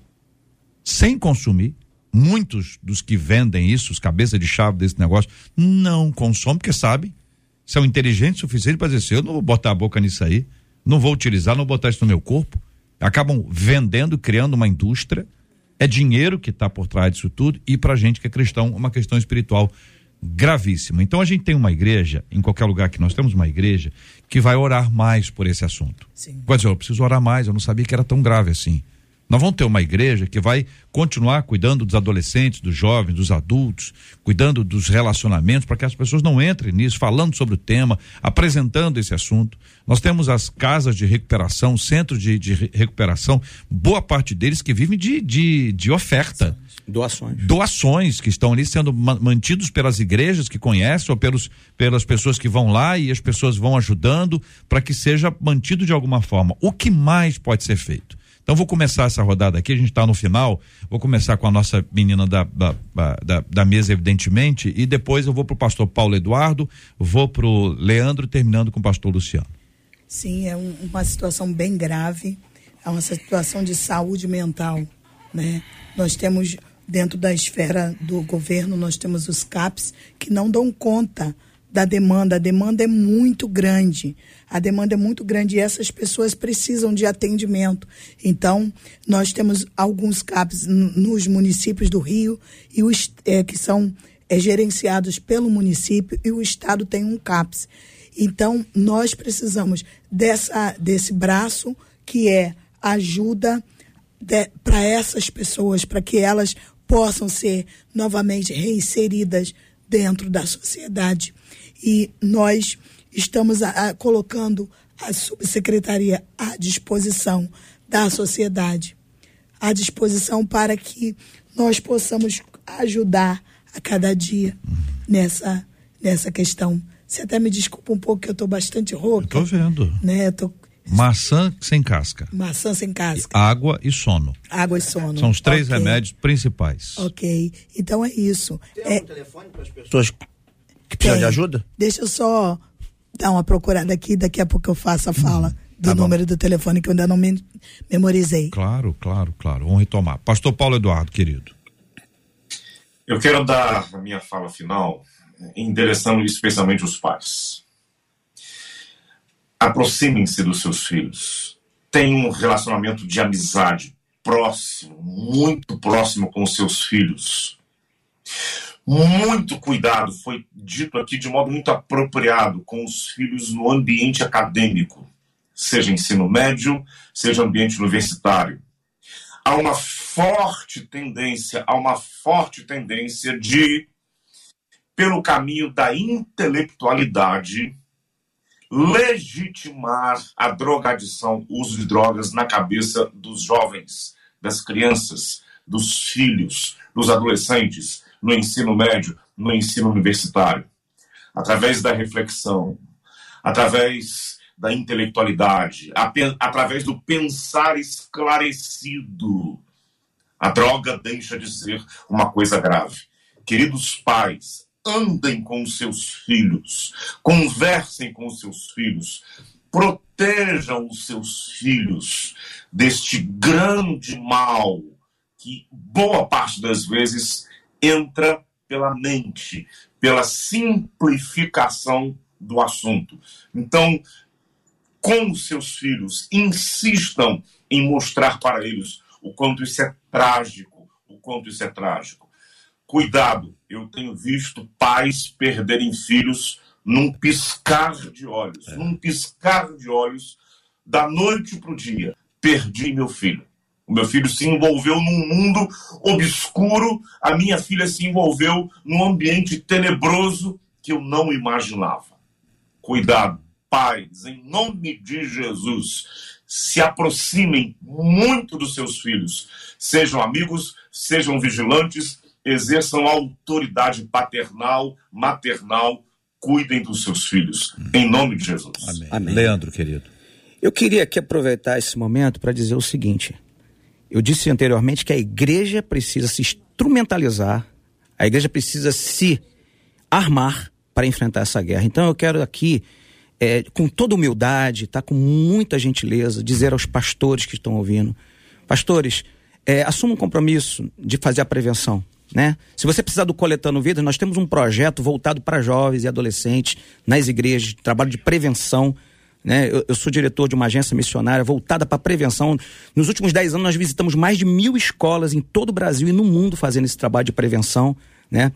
sem consumir. Muitos dos que vendem isso, os cabeças de chave desse negócio, não consomem, porque sabem, são inteligentes o suficiente para dizer assim, eu não vou botar a boca nisso aí, não vou utilizar, não vou botar isso no meu corpo. Acabam vendendo, criando uma indústria. É dinheiro que está por trás disso tudo, e pra gente que é cristão, uma questão espiritual gravíssima. Então a gente tem uma igreja, em qualquer lugar que nós temos uma igreja, que vai orar mais por esse assunto. Sim. Pode dizer, eu preciso orar mais, eu não sabia que era tão grave assim. Nós vamos ter uma igreja que vai continuar cuidando dos adolescentes, dos jovens, dos adultos, cuidando dos relacionamentos, para que as pessoas não entrem nisso, falando sobre o tema, apresentando esse assunto. Nós temos as casas de recuperação, centros de, de recuperação, boa parte deles que vivem de, de, de oferta.
Doações.
Doações que estão ali sendo mantidos pelas igrejas que conhecem ou pelos, pelas pessoas que vão lá, e as pessoas vão ajudando para que seja mantido de alguma forma. O que mais pode ser feito? Então vou começar essa rodada aqui, a gente está no final, vou começar com a nossa menina da, da, da, da mesa, evidentemente, e depois eu vou para o pastor Paulo Eduardo, vou para o Leandro, terminando com o pastor Luciano.
Sim, é um, uma situação bem grave, é uma situação de saúde mental, né? Nós temos, dentro da esfera do governo, nós temos os CAPs que não dão conta da demanda, a demanda é muito grande, a demanda é muito grande e essas pessoas precisam de atendimento. Então, nós temos alguns CAPs n- nos municípios do Rio, e os, é, que são é, gerenciados pelo município, e o estado tem um CAPS. Então, nós precisamos dessa, desse braço que é ajuda para essas pessoas, para que elas possam ser novamente reinseridas dentro da sociedade. E nós estamos a, a, colocando a subsecretaria à disposição da sociedade, à disposição para que nós possamos ajudar a cada dia nessa, nessa questão. Você até me desculpa um pouco que eu estou bastante rouca.
Estou vendo.
Né? Eu tô...
Maçã sem casca.
Maçã sem casca.
Água e sono.
Água e sono.
São os três
okay.
remédios principais.
Ok. Então é isso.
Tem
é...
algum telefone para as pessoas que precisam de ajuda?
Deixa eu só dar uma procurada aqui, daqui a pouco eu faço a fala hum, do tá número bom. do telefone que eu ainda não me memorizei.
Claro, claro, claro. Vamos retomar. Pastor Paulo Eduardo, querido.
Eu quero dar a minha fala final endereçando especialmente os pais. Aproximem-se dos seus filhos. Tenham um relacionamento de amizade próximo, muito próximo com os seus filhos. Muito cuidado, foi dito aqui de modo muito apropriado, com os filhos no ambiente acadêmico, seja ensino médio, seja ambiente universitário. Há uma forte tendência, há uma forte tendência de, pelo caminho da intelectualidade, legitimar a drogadição, o uso de drogas na cabeça dos jovens, das crianças, dos filhos, dos adolescentes, no ensino médio, no ensino universitário. Através da reflexão, através da intelectualidade, através do pensar esclarecido, a droga deixa de ser uma coisa grave. Queridos pais, andem com os seus filhos, conversem com os seus filhos, protejam os seus filhos deste grande mal que boa parte das vezes entra pela mente, pela simplificação do assunto. Então, com os seus filhos, insistam em mostrar para eles o quanto isso é trágico, o quanto isso é trágico. Cuidado, eu tenho visto pais perderem filhos num piscar de olhos, é. num piscar de olhos, da noite para o dia. Perdi meu filho. O meu filho se envolveu num mundo obscuro, a minha filha se envolveu num ambiente tenebroso que eu não imaginava. Cuidado, pais, em nome de Jesus, se aproximem muito dos seus filhos. Sejam amigos, sejam vigilantes, exerçam a autoridade paternal, maternal, cuidem dos seus filhos. Em nome de Jesus.
Amém.
Amém.
Leandro, querido.
Eu queria aqui aproveitar esse momento para dizer o seguinte. Eu disse anteriormente que a igreja precisa se instrumentalizar, a igreja precisa se armar para enfrentar essa guerra. Então eu quero aqui, é, com toda humildade, tá, com muita gentileza, dizer aos pastores que estão ouvindo, pastores, é, assumam um compromisso de fazer a prevenção. Né? Se você precisar do Coletando Vidas, nós temos um projeto voltado para jovens e adolescentes nas igrejas, trabalho de prevenção. Né? Eu, eu sou diretor de uma agência missionária voltada para prevenção. Nos últimos dez anos nós visitamos mais de mil escolas em todo o Brasil e no mundo fazendo esse trabalho de prevenção. Né?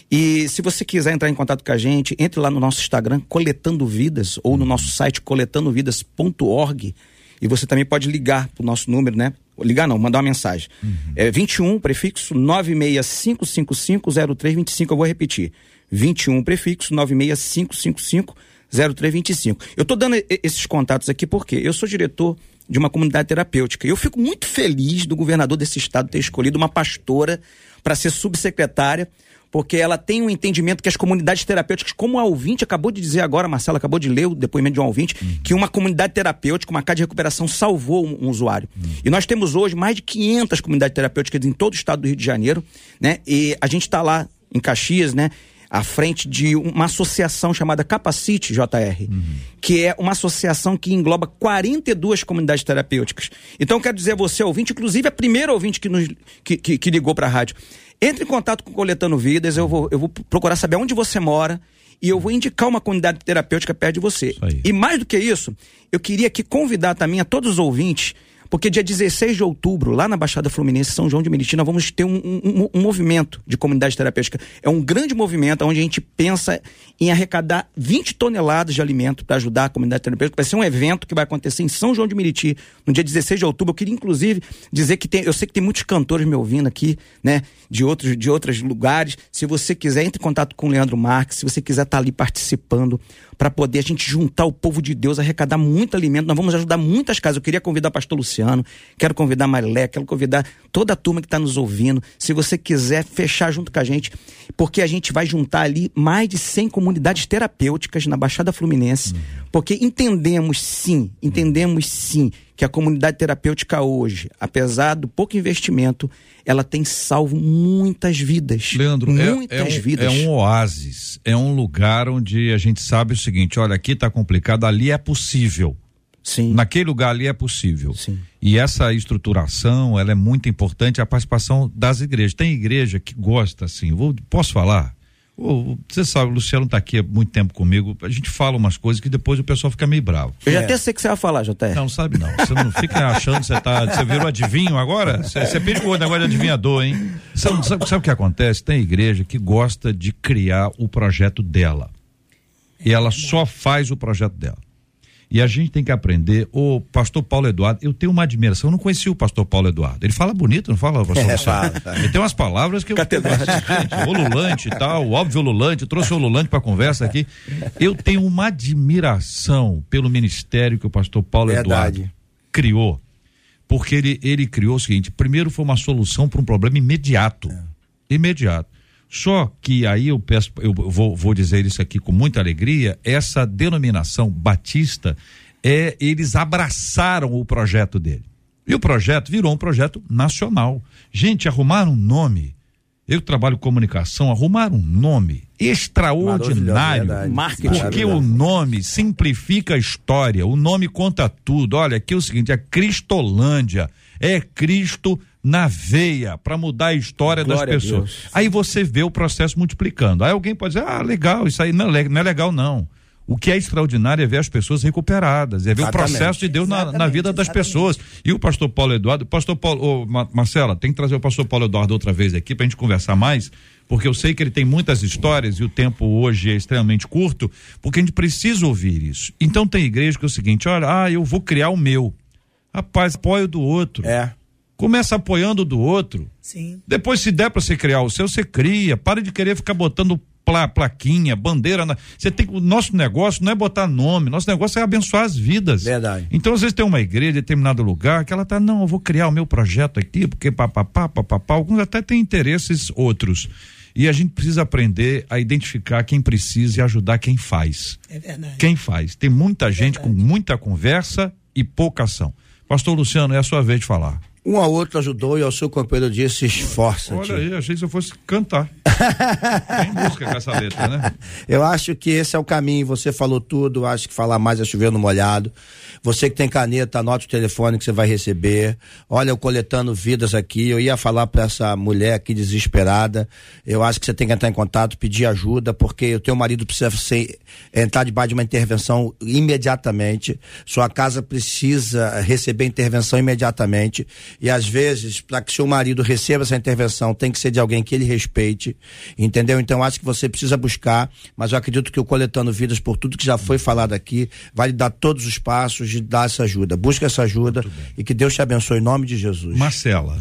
E se você quiser entrar em contato com a gente, entre lá no nosso Instagram, Coletando Vidas, ou no nosso site coletando vidas ponto org, e você também pode ligar para o nosso número, né? Ligar não, mandar uma mensagem. Uhum. É vinte e um, prefixo nove seis cinco cinco cinco zero três dois cinco, eu vou repetir. vinte e um, prefixo nove seis cinco cinco cinco zero três dois cinco. Eu estou dando esses contatos aqui porque eu sou diretor de uma comunidade terapêutica. E eu fico muito feliz do governador desse estado ter escolhido uma pastora para ser subsecretária, porque ela tem um entendimento que as comunidades terapêuticas, como a ouvinte acabou de dizer agora, Marcelo acabou de ler o depoimento de um ouvinte, uhum. que uma comunidade terapêutica, uma casa de recuperação salvou um, um usuário. Uhum. E nós temos hoje mais de quinhentas comunidades terapêuticas em todo o estado do Rio de Janeiro, né? E a gente está lá em Caxias, né? À frente de uma associação chamada Capacite, J R, uhum. que é uma associação que engloba quarenta e duas comunidades terapêuticas. Então, quero dizer a você, ouvinte, inclusive a primeira ouvinte que, nos, que, que, que ligou para a rádio, entre em contato com o Coletando Vidas, eu vou, eu vou procurar saber onde você mora e eu vou indicar uma comunidade terapêutica perto de você. E mais do que isso, eu queria aqui convidar também a todos os ouvintes, porque dia dezesseis de outubro, lá na Baixada Fluminense, São João de Meriti, nós vamos ter um, um, um movimento de comunidade terapêutica. É um grande movimento onde a gente pensa em arrecadar vinte toneladas de alimento para ajudar a comunidade terapêutica. Vai ser um evento que vai acontecer em São João de Meriti, no dia dezesseis de outubro. Eu queria, inclusive, dizer que tem, eu sei que tem muitos cantores me ouvindo aqui, né, de outros, de outros lugares. Se você quiser, entre em contato com o Leandro Marques, se você quiser estar ali participando, para poder a gente juntar o povo de Deus, arrecadar muito alimento. Nós vamos ajudar muitas casas. Eu queria convidar o pastor Luciano, quero convidar a Marilé, quero convidar toda a turma que está nos ouvindo. Se você quiser fechar junto com a gente, porque a gente vai juntar ali mais de cem comunidades terapêuticas na Baixada Fluminense, uhum. porque entendemos sim, entendemos sim, que a comunidade terapêutica hoje, apesar do pouco investimento, ela tem salvo muitas vidas.
Leandro,
muitas
é, é um,
vidas.
É um oásis, é um lugar onde a gente sabe o seguinte, olha, aqui está complicado, ali é possível.
Sim. Naquele
lugar ali é possível.
Sim.
E essa estruturação, ela é muito importante, a participação das igrejas. Tem igreja que gosta, assim, vou, posso falar? Oh, você sabe, o Luciano está aqui há muito tempo comigo, a gente fala umas coisas que depois o pessoal fica meio bravo.
Eu já é. até sei que você vai falar, J R.
Não, não sabe não, você não fica achando que você tá, você virou adivinho agora? Você, você pegou o negócio de adivinhador, hein? Você não sabe, sabe o que acontece? Tem igreja que gosta de criar o projeto dela, e ela só faz o projeto dela. E a gente tem que aprender, o pastor Paulo Eduardo, eu tenho uma admiração, eu não conheci o pastor Paulo Eduardo, ele fala bonito, não fala, pastor?
É, fala, fala.
Ele tem umas palavras que eu, gente, ululante e tal, óbvio ululante, eu trouxe o ululante pra conversa aqui, eu tenho uma admiração pelo ministério que o pastor Paulo
Verdade.
Eduardo criou, porque ele, ele criou o seguinte, primeiro foi uma solução para um problema imediato, é. imediato. Só que aí eu peço, eu vou, vou dizer isso aqui com muita alegria, essa denominação batista, é, eles abraçaram o projeto dele. E o projeto virou um projeto nacional. Gente, arrumaram um nome, eu trabalho com comunicação, arrumaram um nome extraordinário,
marketing,
porque o nome simplifica a história, o nome conta tudo. Olha, aqui é o seguinte, é Cristolândia, é Cristo na veia, para mudar a história Glória das pessoas. Aí você vê o processo multiplicando. Aí alguém pode dizer, ah, legal, isso aí não é, não é legal não. O que é extraordinário é ver as pessoas recuperadas, é ver exatamente. O processo de Deus na, na vida das exatamente. Pessoas. E o pastor Paulo Eduardo, pastor Paulo, oh, Marcela, tem que trazer o pastor Paulo Eduardo outra vez aqui pra gente conversar mais, porque eu sei que ele tem muitas histórias e o tempo hoje é extremamente curto, porque a gente precisa ouvir isso. Então tem igreja que é o seguinte, olha, ah, eu vou criar o meu. Rapaz, apoio do outro.
É.
Começa apoiando do outro.
Sim.
Depois, se der pra você criar o seu, você cria. Para de querer ficar botando Pla, plaquinha, bandeira, na, você tem, o nosso negócio não é botar nome, nosso negócio é abençoar as vidas.
Verdade.
Então às vezes tem uma igreja em determinado lugar que ela tá, não, eu vou criar o meu projeto aqui, porque papapá, papapá, alguns até têm interesses outros. E a gente precisa aprender a identificar quem precisa e ajudar quem faz.
É verdade.
Quem faz. Tem muita gente com muita conversa e pouca ação. Pastor Luciano, é a sua vez de falar.
Um ao outro ajudou e ao seu companheiro disse, esforça-te.
Olha aí, achei que eu fosse cantar. Tem música com essa letra, né?
Eu acho que esse é o caminho, você falou tudo, acho que falar mais é chover no molhado. Você que tem caneta, anote o telefone que você vai receber. Olha, eu coletando vidas aqui, eu ia falar para essa mulher aqui desesperada, eu acho que você tem que entrar em contato, pedir ajuda, porque o teu marido precisa ser, entrar debaixo de uma intervenção imediatamente, sua casa precisa receber intervenção imediatamente. E às vezes, para que seu marido receba essa intervenção, tem que ser de alguém que ele respeite, entendeu? Então acho que você precisa buscar, mas eu acredito que o Coletando Vidas, por tudo que já foi falado aqui, vai lhe dar todos os passos de dar essa ajuda. Busca essa ajuda e que Deus te abençoe em nome de Jesus.
Marcela.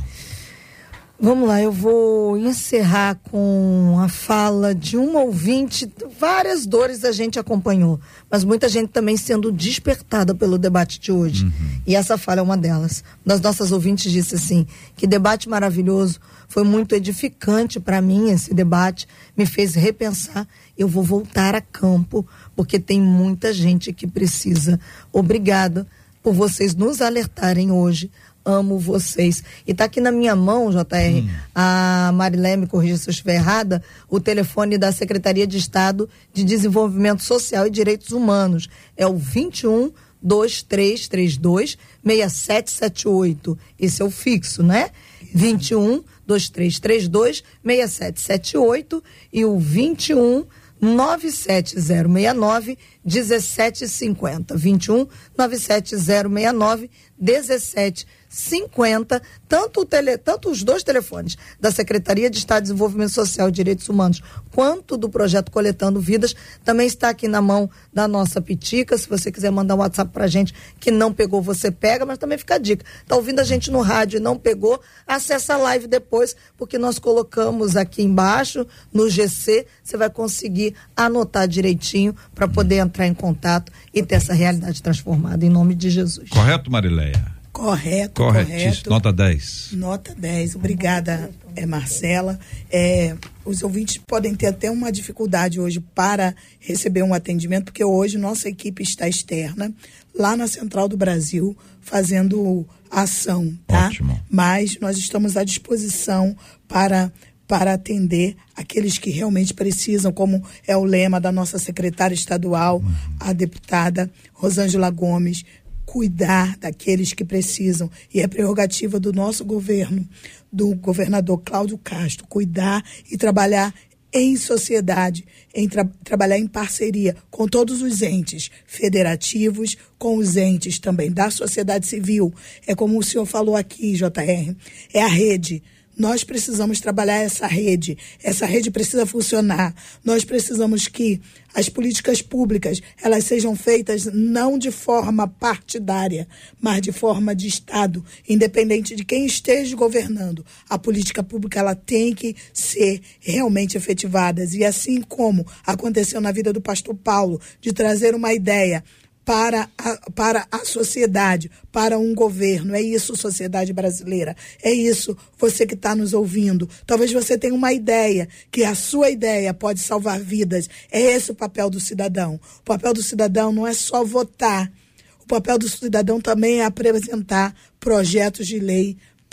Vamos lá, eu vou encerrar com a fala de um ouvinte. Várias dores a gente acompanhou, mas muita gente também sendo despertada pelo debate de hoje. Uhum. E essa fala é uma delas. Uma das nossas ouvintes disse assim, que debate maravilhoso, foi muito edificante para mim esse debate, me fez repensar, eu vou voltar a campo, porque tem muita gente que precisa. Obrigada por vocês nos alertarem hoje. Amo vocês. E tá aqui na minha mão, J R, hum. a Marilé, me corrija se eu estiver errada, o telefone da Secretaria de Estado de Desenvolvimento Social e Direitos Humanos. É o vinte e um, dois três três dois, seis sete sete oito. Esse é o fixo, né? vinte e um, dois três três dois, seis sete sete oito e o vinte e um, nove sete zero seis nove, um sete cinco zero. vinte e um, nove sete zero seis nove, um sete cinco zero. Tanto, o tele, tanto os dois telefones da Secretaria de Estado de Desenvolvimento Social e Direitos Humanos quanto do projeto Coletando Vidas também está aqui na mão da nossa Pitica. Se você quiser mandar um WhatsApp pra gente que não pegou, você pega, mas também fica a dica. Tá ouvindo a gente no rádio e não pegou, acessa a live depois, porque nós colocamos aqui embaixo no G C, você vai conseguir anotar direitinho para poder entrar em contato e ter essa realidade transformada em nome de Jesus.
Correto, Marileia?
Correto,
correto. Nota dez.
Nota dez. Obrigada, é, Marcela. É, os ouvintes podem ter até uma dificuldade hoje para receber um atendimento, porque hoje nossa equipe está externa, lá na Central do Brasil, fazendo ação, tá?
Ótimo.
Mas nós estamos à disposição para... para atender aqueles que realmente precisam, como é o lema da nossa secretária estadual, uhum. a deputada Rosângela Gomes, cuidar daqueles que precisam. E é prerrogativa do nosso governo, do governador Cláudio Castro, cuidar e trabalhar em sociedade, em tra- trabalhar em parceria com todos os entes federativos, com os entes também da sociedade civil. É como o senhor falou aqui, J R, é a rede. Nós precisamos trabalhar essa rede, essa rede precisa funcionar. Nós precisamos que as políticas públicas, elas sejam feitas não de forma partidária, mas de forma de Estado, independente de quem esteja governando. A política pública, ela tem que ser realmente efetivada. E assim como aconteceu na vida do pastor Paulo, de trazer uma ideia para a, para a sociedade, para um governo. É isso, sociedade brasileira. É isso, você que está nos ouvindo. Talvez você tenha uma ideia, que a sua ideia pode salvar vidas. É esse o papel do cidadão. O papel do cidadão não é só votar. O papel do cidadão também é apresentar projetos de lei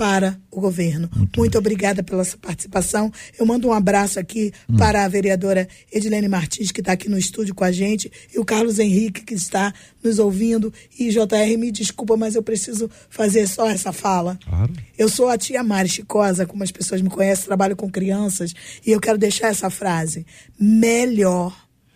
para o governo. Muito, Muito obrigada pela sua participação. Eu mando um abraço aqui hum. para a vereadora Edilene Martins, que está aqui no estúdio com a gente, e o Carlos Henrique, que está nos ouvindo. E J R, me desculpa, mas eu preciso fazer só essa fala. Claro. Eu sou a tia Mari Chicosa, como as pessoas me conhecem, trabalho com crianças, e eu quero deixar essa frase. Melhor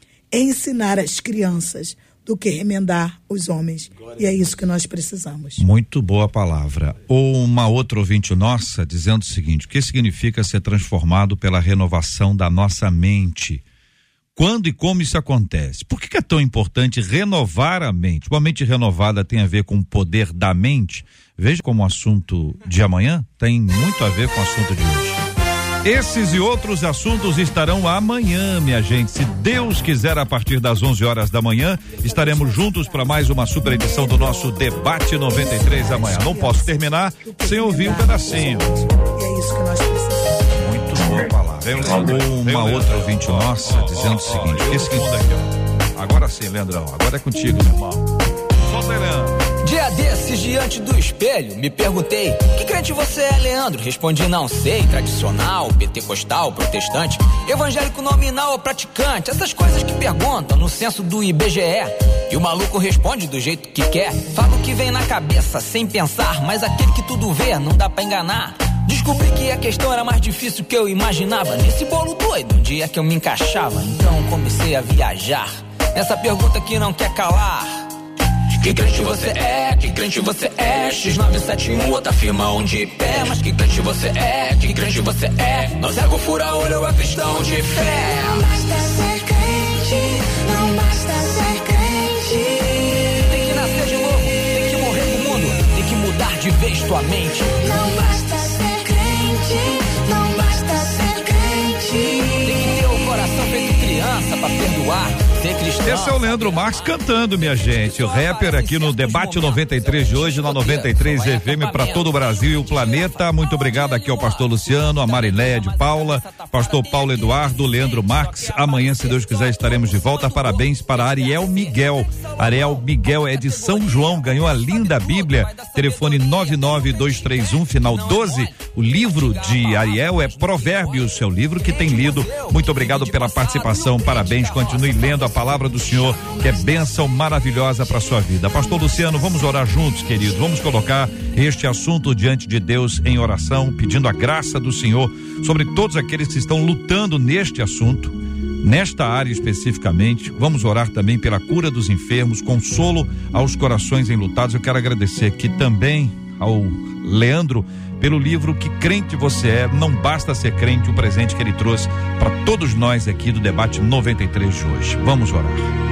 ensinar as crianças do que remendar os homens. Glória. E é isso que nós precisamos.
Muito boa palavra. Ou uma outra ouvinte nossa dizendo o seguinte: o que significa ser transformado pela renovação da nossa mente? Quando e como isso acontece? Por que, que é tão importante renovar a mente? Uma mente renovada tem a ver com o poder da mente. Veja como o assunto de amanhã tem muito a ver com o assunto de hoje. Esses e outros assuntos estarão amanhã, minha gente. Se Deus quiser, a partir das onze horas da manhã, estaremos juntos para mais uma super edição do nosso Debate noventa e três amanhã. Não posso terminar sem ouvir um pedacinho.
E é isso que nós precisamos.
Muito boa palavra. Eu, uma outra ouvinte nossa dizendo o seguinte: que seguinte daqui, ó. Agora sim, Leandrão, agora é contigo, meu irmão. Solta aí, Leandro.
Dia desses, diante do espelho, me perguntei: que crente você é, Leandro? Respondi: não sei, tradicional, pentecostal, protestante, evangélico nominal ou praticante, essas coisas que perguntam no censo do I B G E. E o maluco responde do jeito que quer, fala o que vem na cabeça sem pensar, mas aquele que tudo vê não dá pra enganar. Descobri que a questão era mais difícil que eu imaginava, nesse bolo doido, um dia que eu me encaixava. Então comecei a viajar, essa pergunta que não quer calar: que crente você é? Que crente você é? X nove sete um, outra firmão de pé. Mas que crente você é? Que crente você é? Não cego fura olho, é cristão de fé.
Não basta ser crente, não basta ser crente.
Tem que nascer de novo, tem que morrer pro mundo, tem que mudar de vez tua mente.
Não basta ser crente, não basta ser crente.
Tem que ter o coração feito criança pra perdoar.
Esse é o Leandro Marques cantando, minha gente. O rapper aqui no Debate noventa e três de hoje, na noventa e três F M para todo o Brasil e o planeta. Muito obrigado aqui ao pastor Luciano, a Mariléia de Paula, pastor Paulo Eduardo, Leandro Marques. Amanhã, se Deus quiser, estaremos de volta. Parabéns para Ariel Miguel. Ariel Miguel é de São João, ganhou a linda Bíblia. Telefone nove nove dois três um, final doze. O livro de Ariel é Provérbios, seu livro que tem lido. Muito obrigado pela participação. Parabéns, continue lendo a palavra do Senhor, que é bênção maravilhosa para sua vida. Pastor Luciano, vamos orar juntos, querido. Vamos colocar este assunto diante de Deus em oração, pedindo a graça do Senhor sobre todos aqueles que estão lutando neste assunto, nesta área especificamente. Vamos orar também pela cura dos enfermos, consolo aos corações enlutados. Eu quero agradecer aqui também ao Leandro pelo livro Que Crente Você É, Não Basta Ser Crente, o presente que ele trouxe para todos nós aqui do Debate noventa e três de hoje. Vamos orar.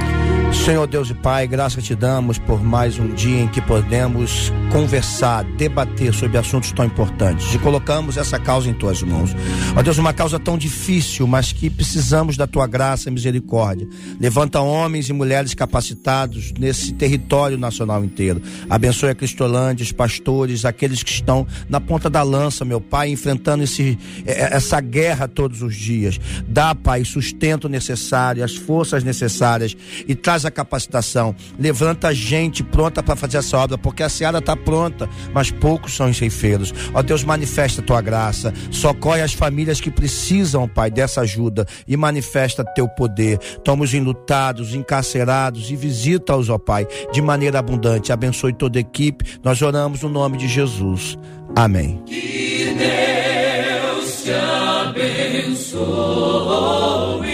Senhor Deus e Pai, graça te damos por mais um dia em que podemos conversar, debater sobre assuntos tão importantes e colocamos essa causa em tuas mãos. Ó Deus, uma causa tão difícil, mas que precisamos da tua graça e misericórdia. Levanta homens e mulheres capacitados nesse território nacional inteiro. Abençoe a Cristolândia, os pastores, aqueles que estão na ponta da lança, meu Pai, enfrentando esse, essa guerra todos os dias. Dá, Pai, sustento necessário, as forças necessárias e traz a capacitação. Levanta gente pronta para fazer essa obra, porque a seara está pronta, mas poucos são os ceifeiros. Ó Deus, manifesta a tua graça, socorre as famílias que precisam, Pai, dessa ajuda e manifesta teu poder. Toma os enlutados, encarcerados e visita-os, ó Pai, de maneira abundante. Abençoe toda a equipe. Nós oramos no nome de Jesus. Amém.
Que Deus te abençoe.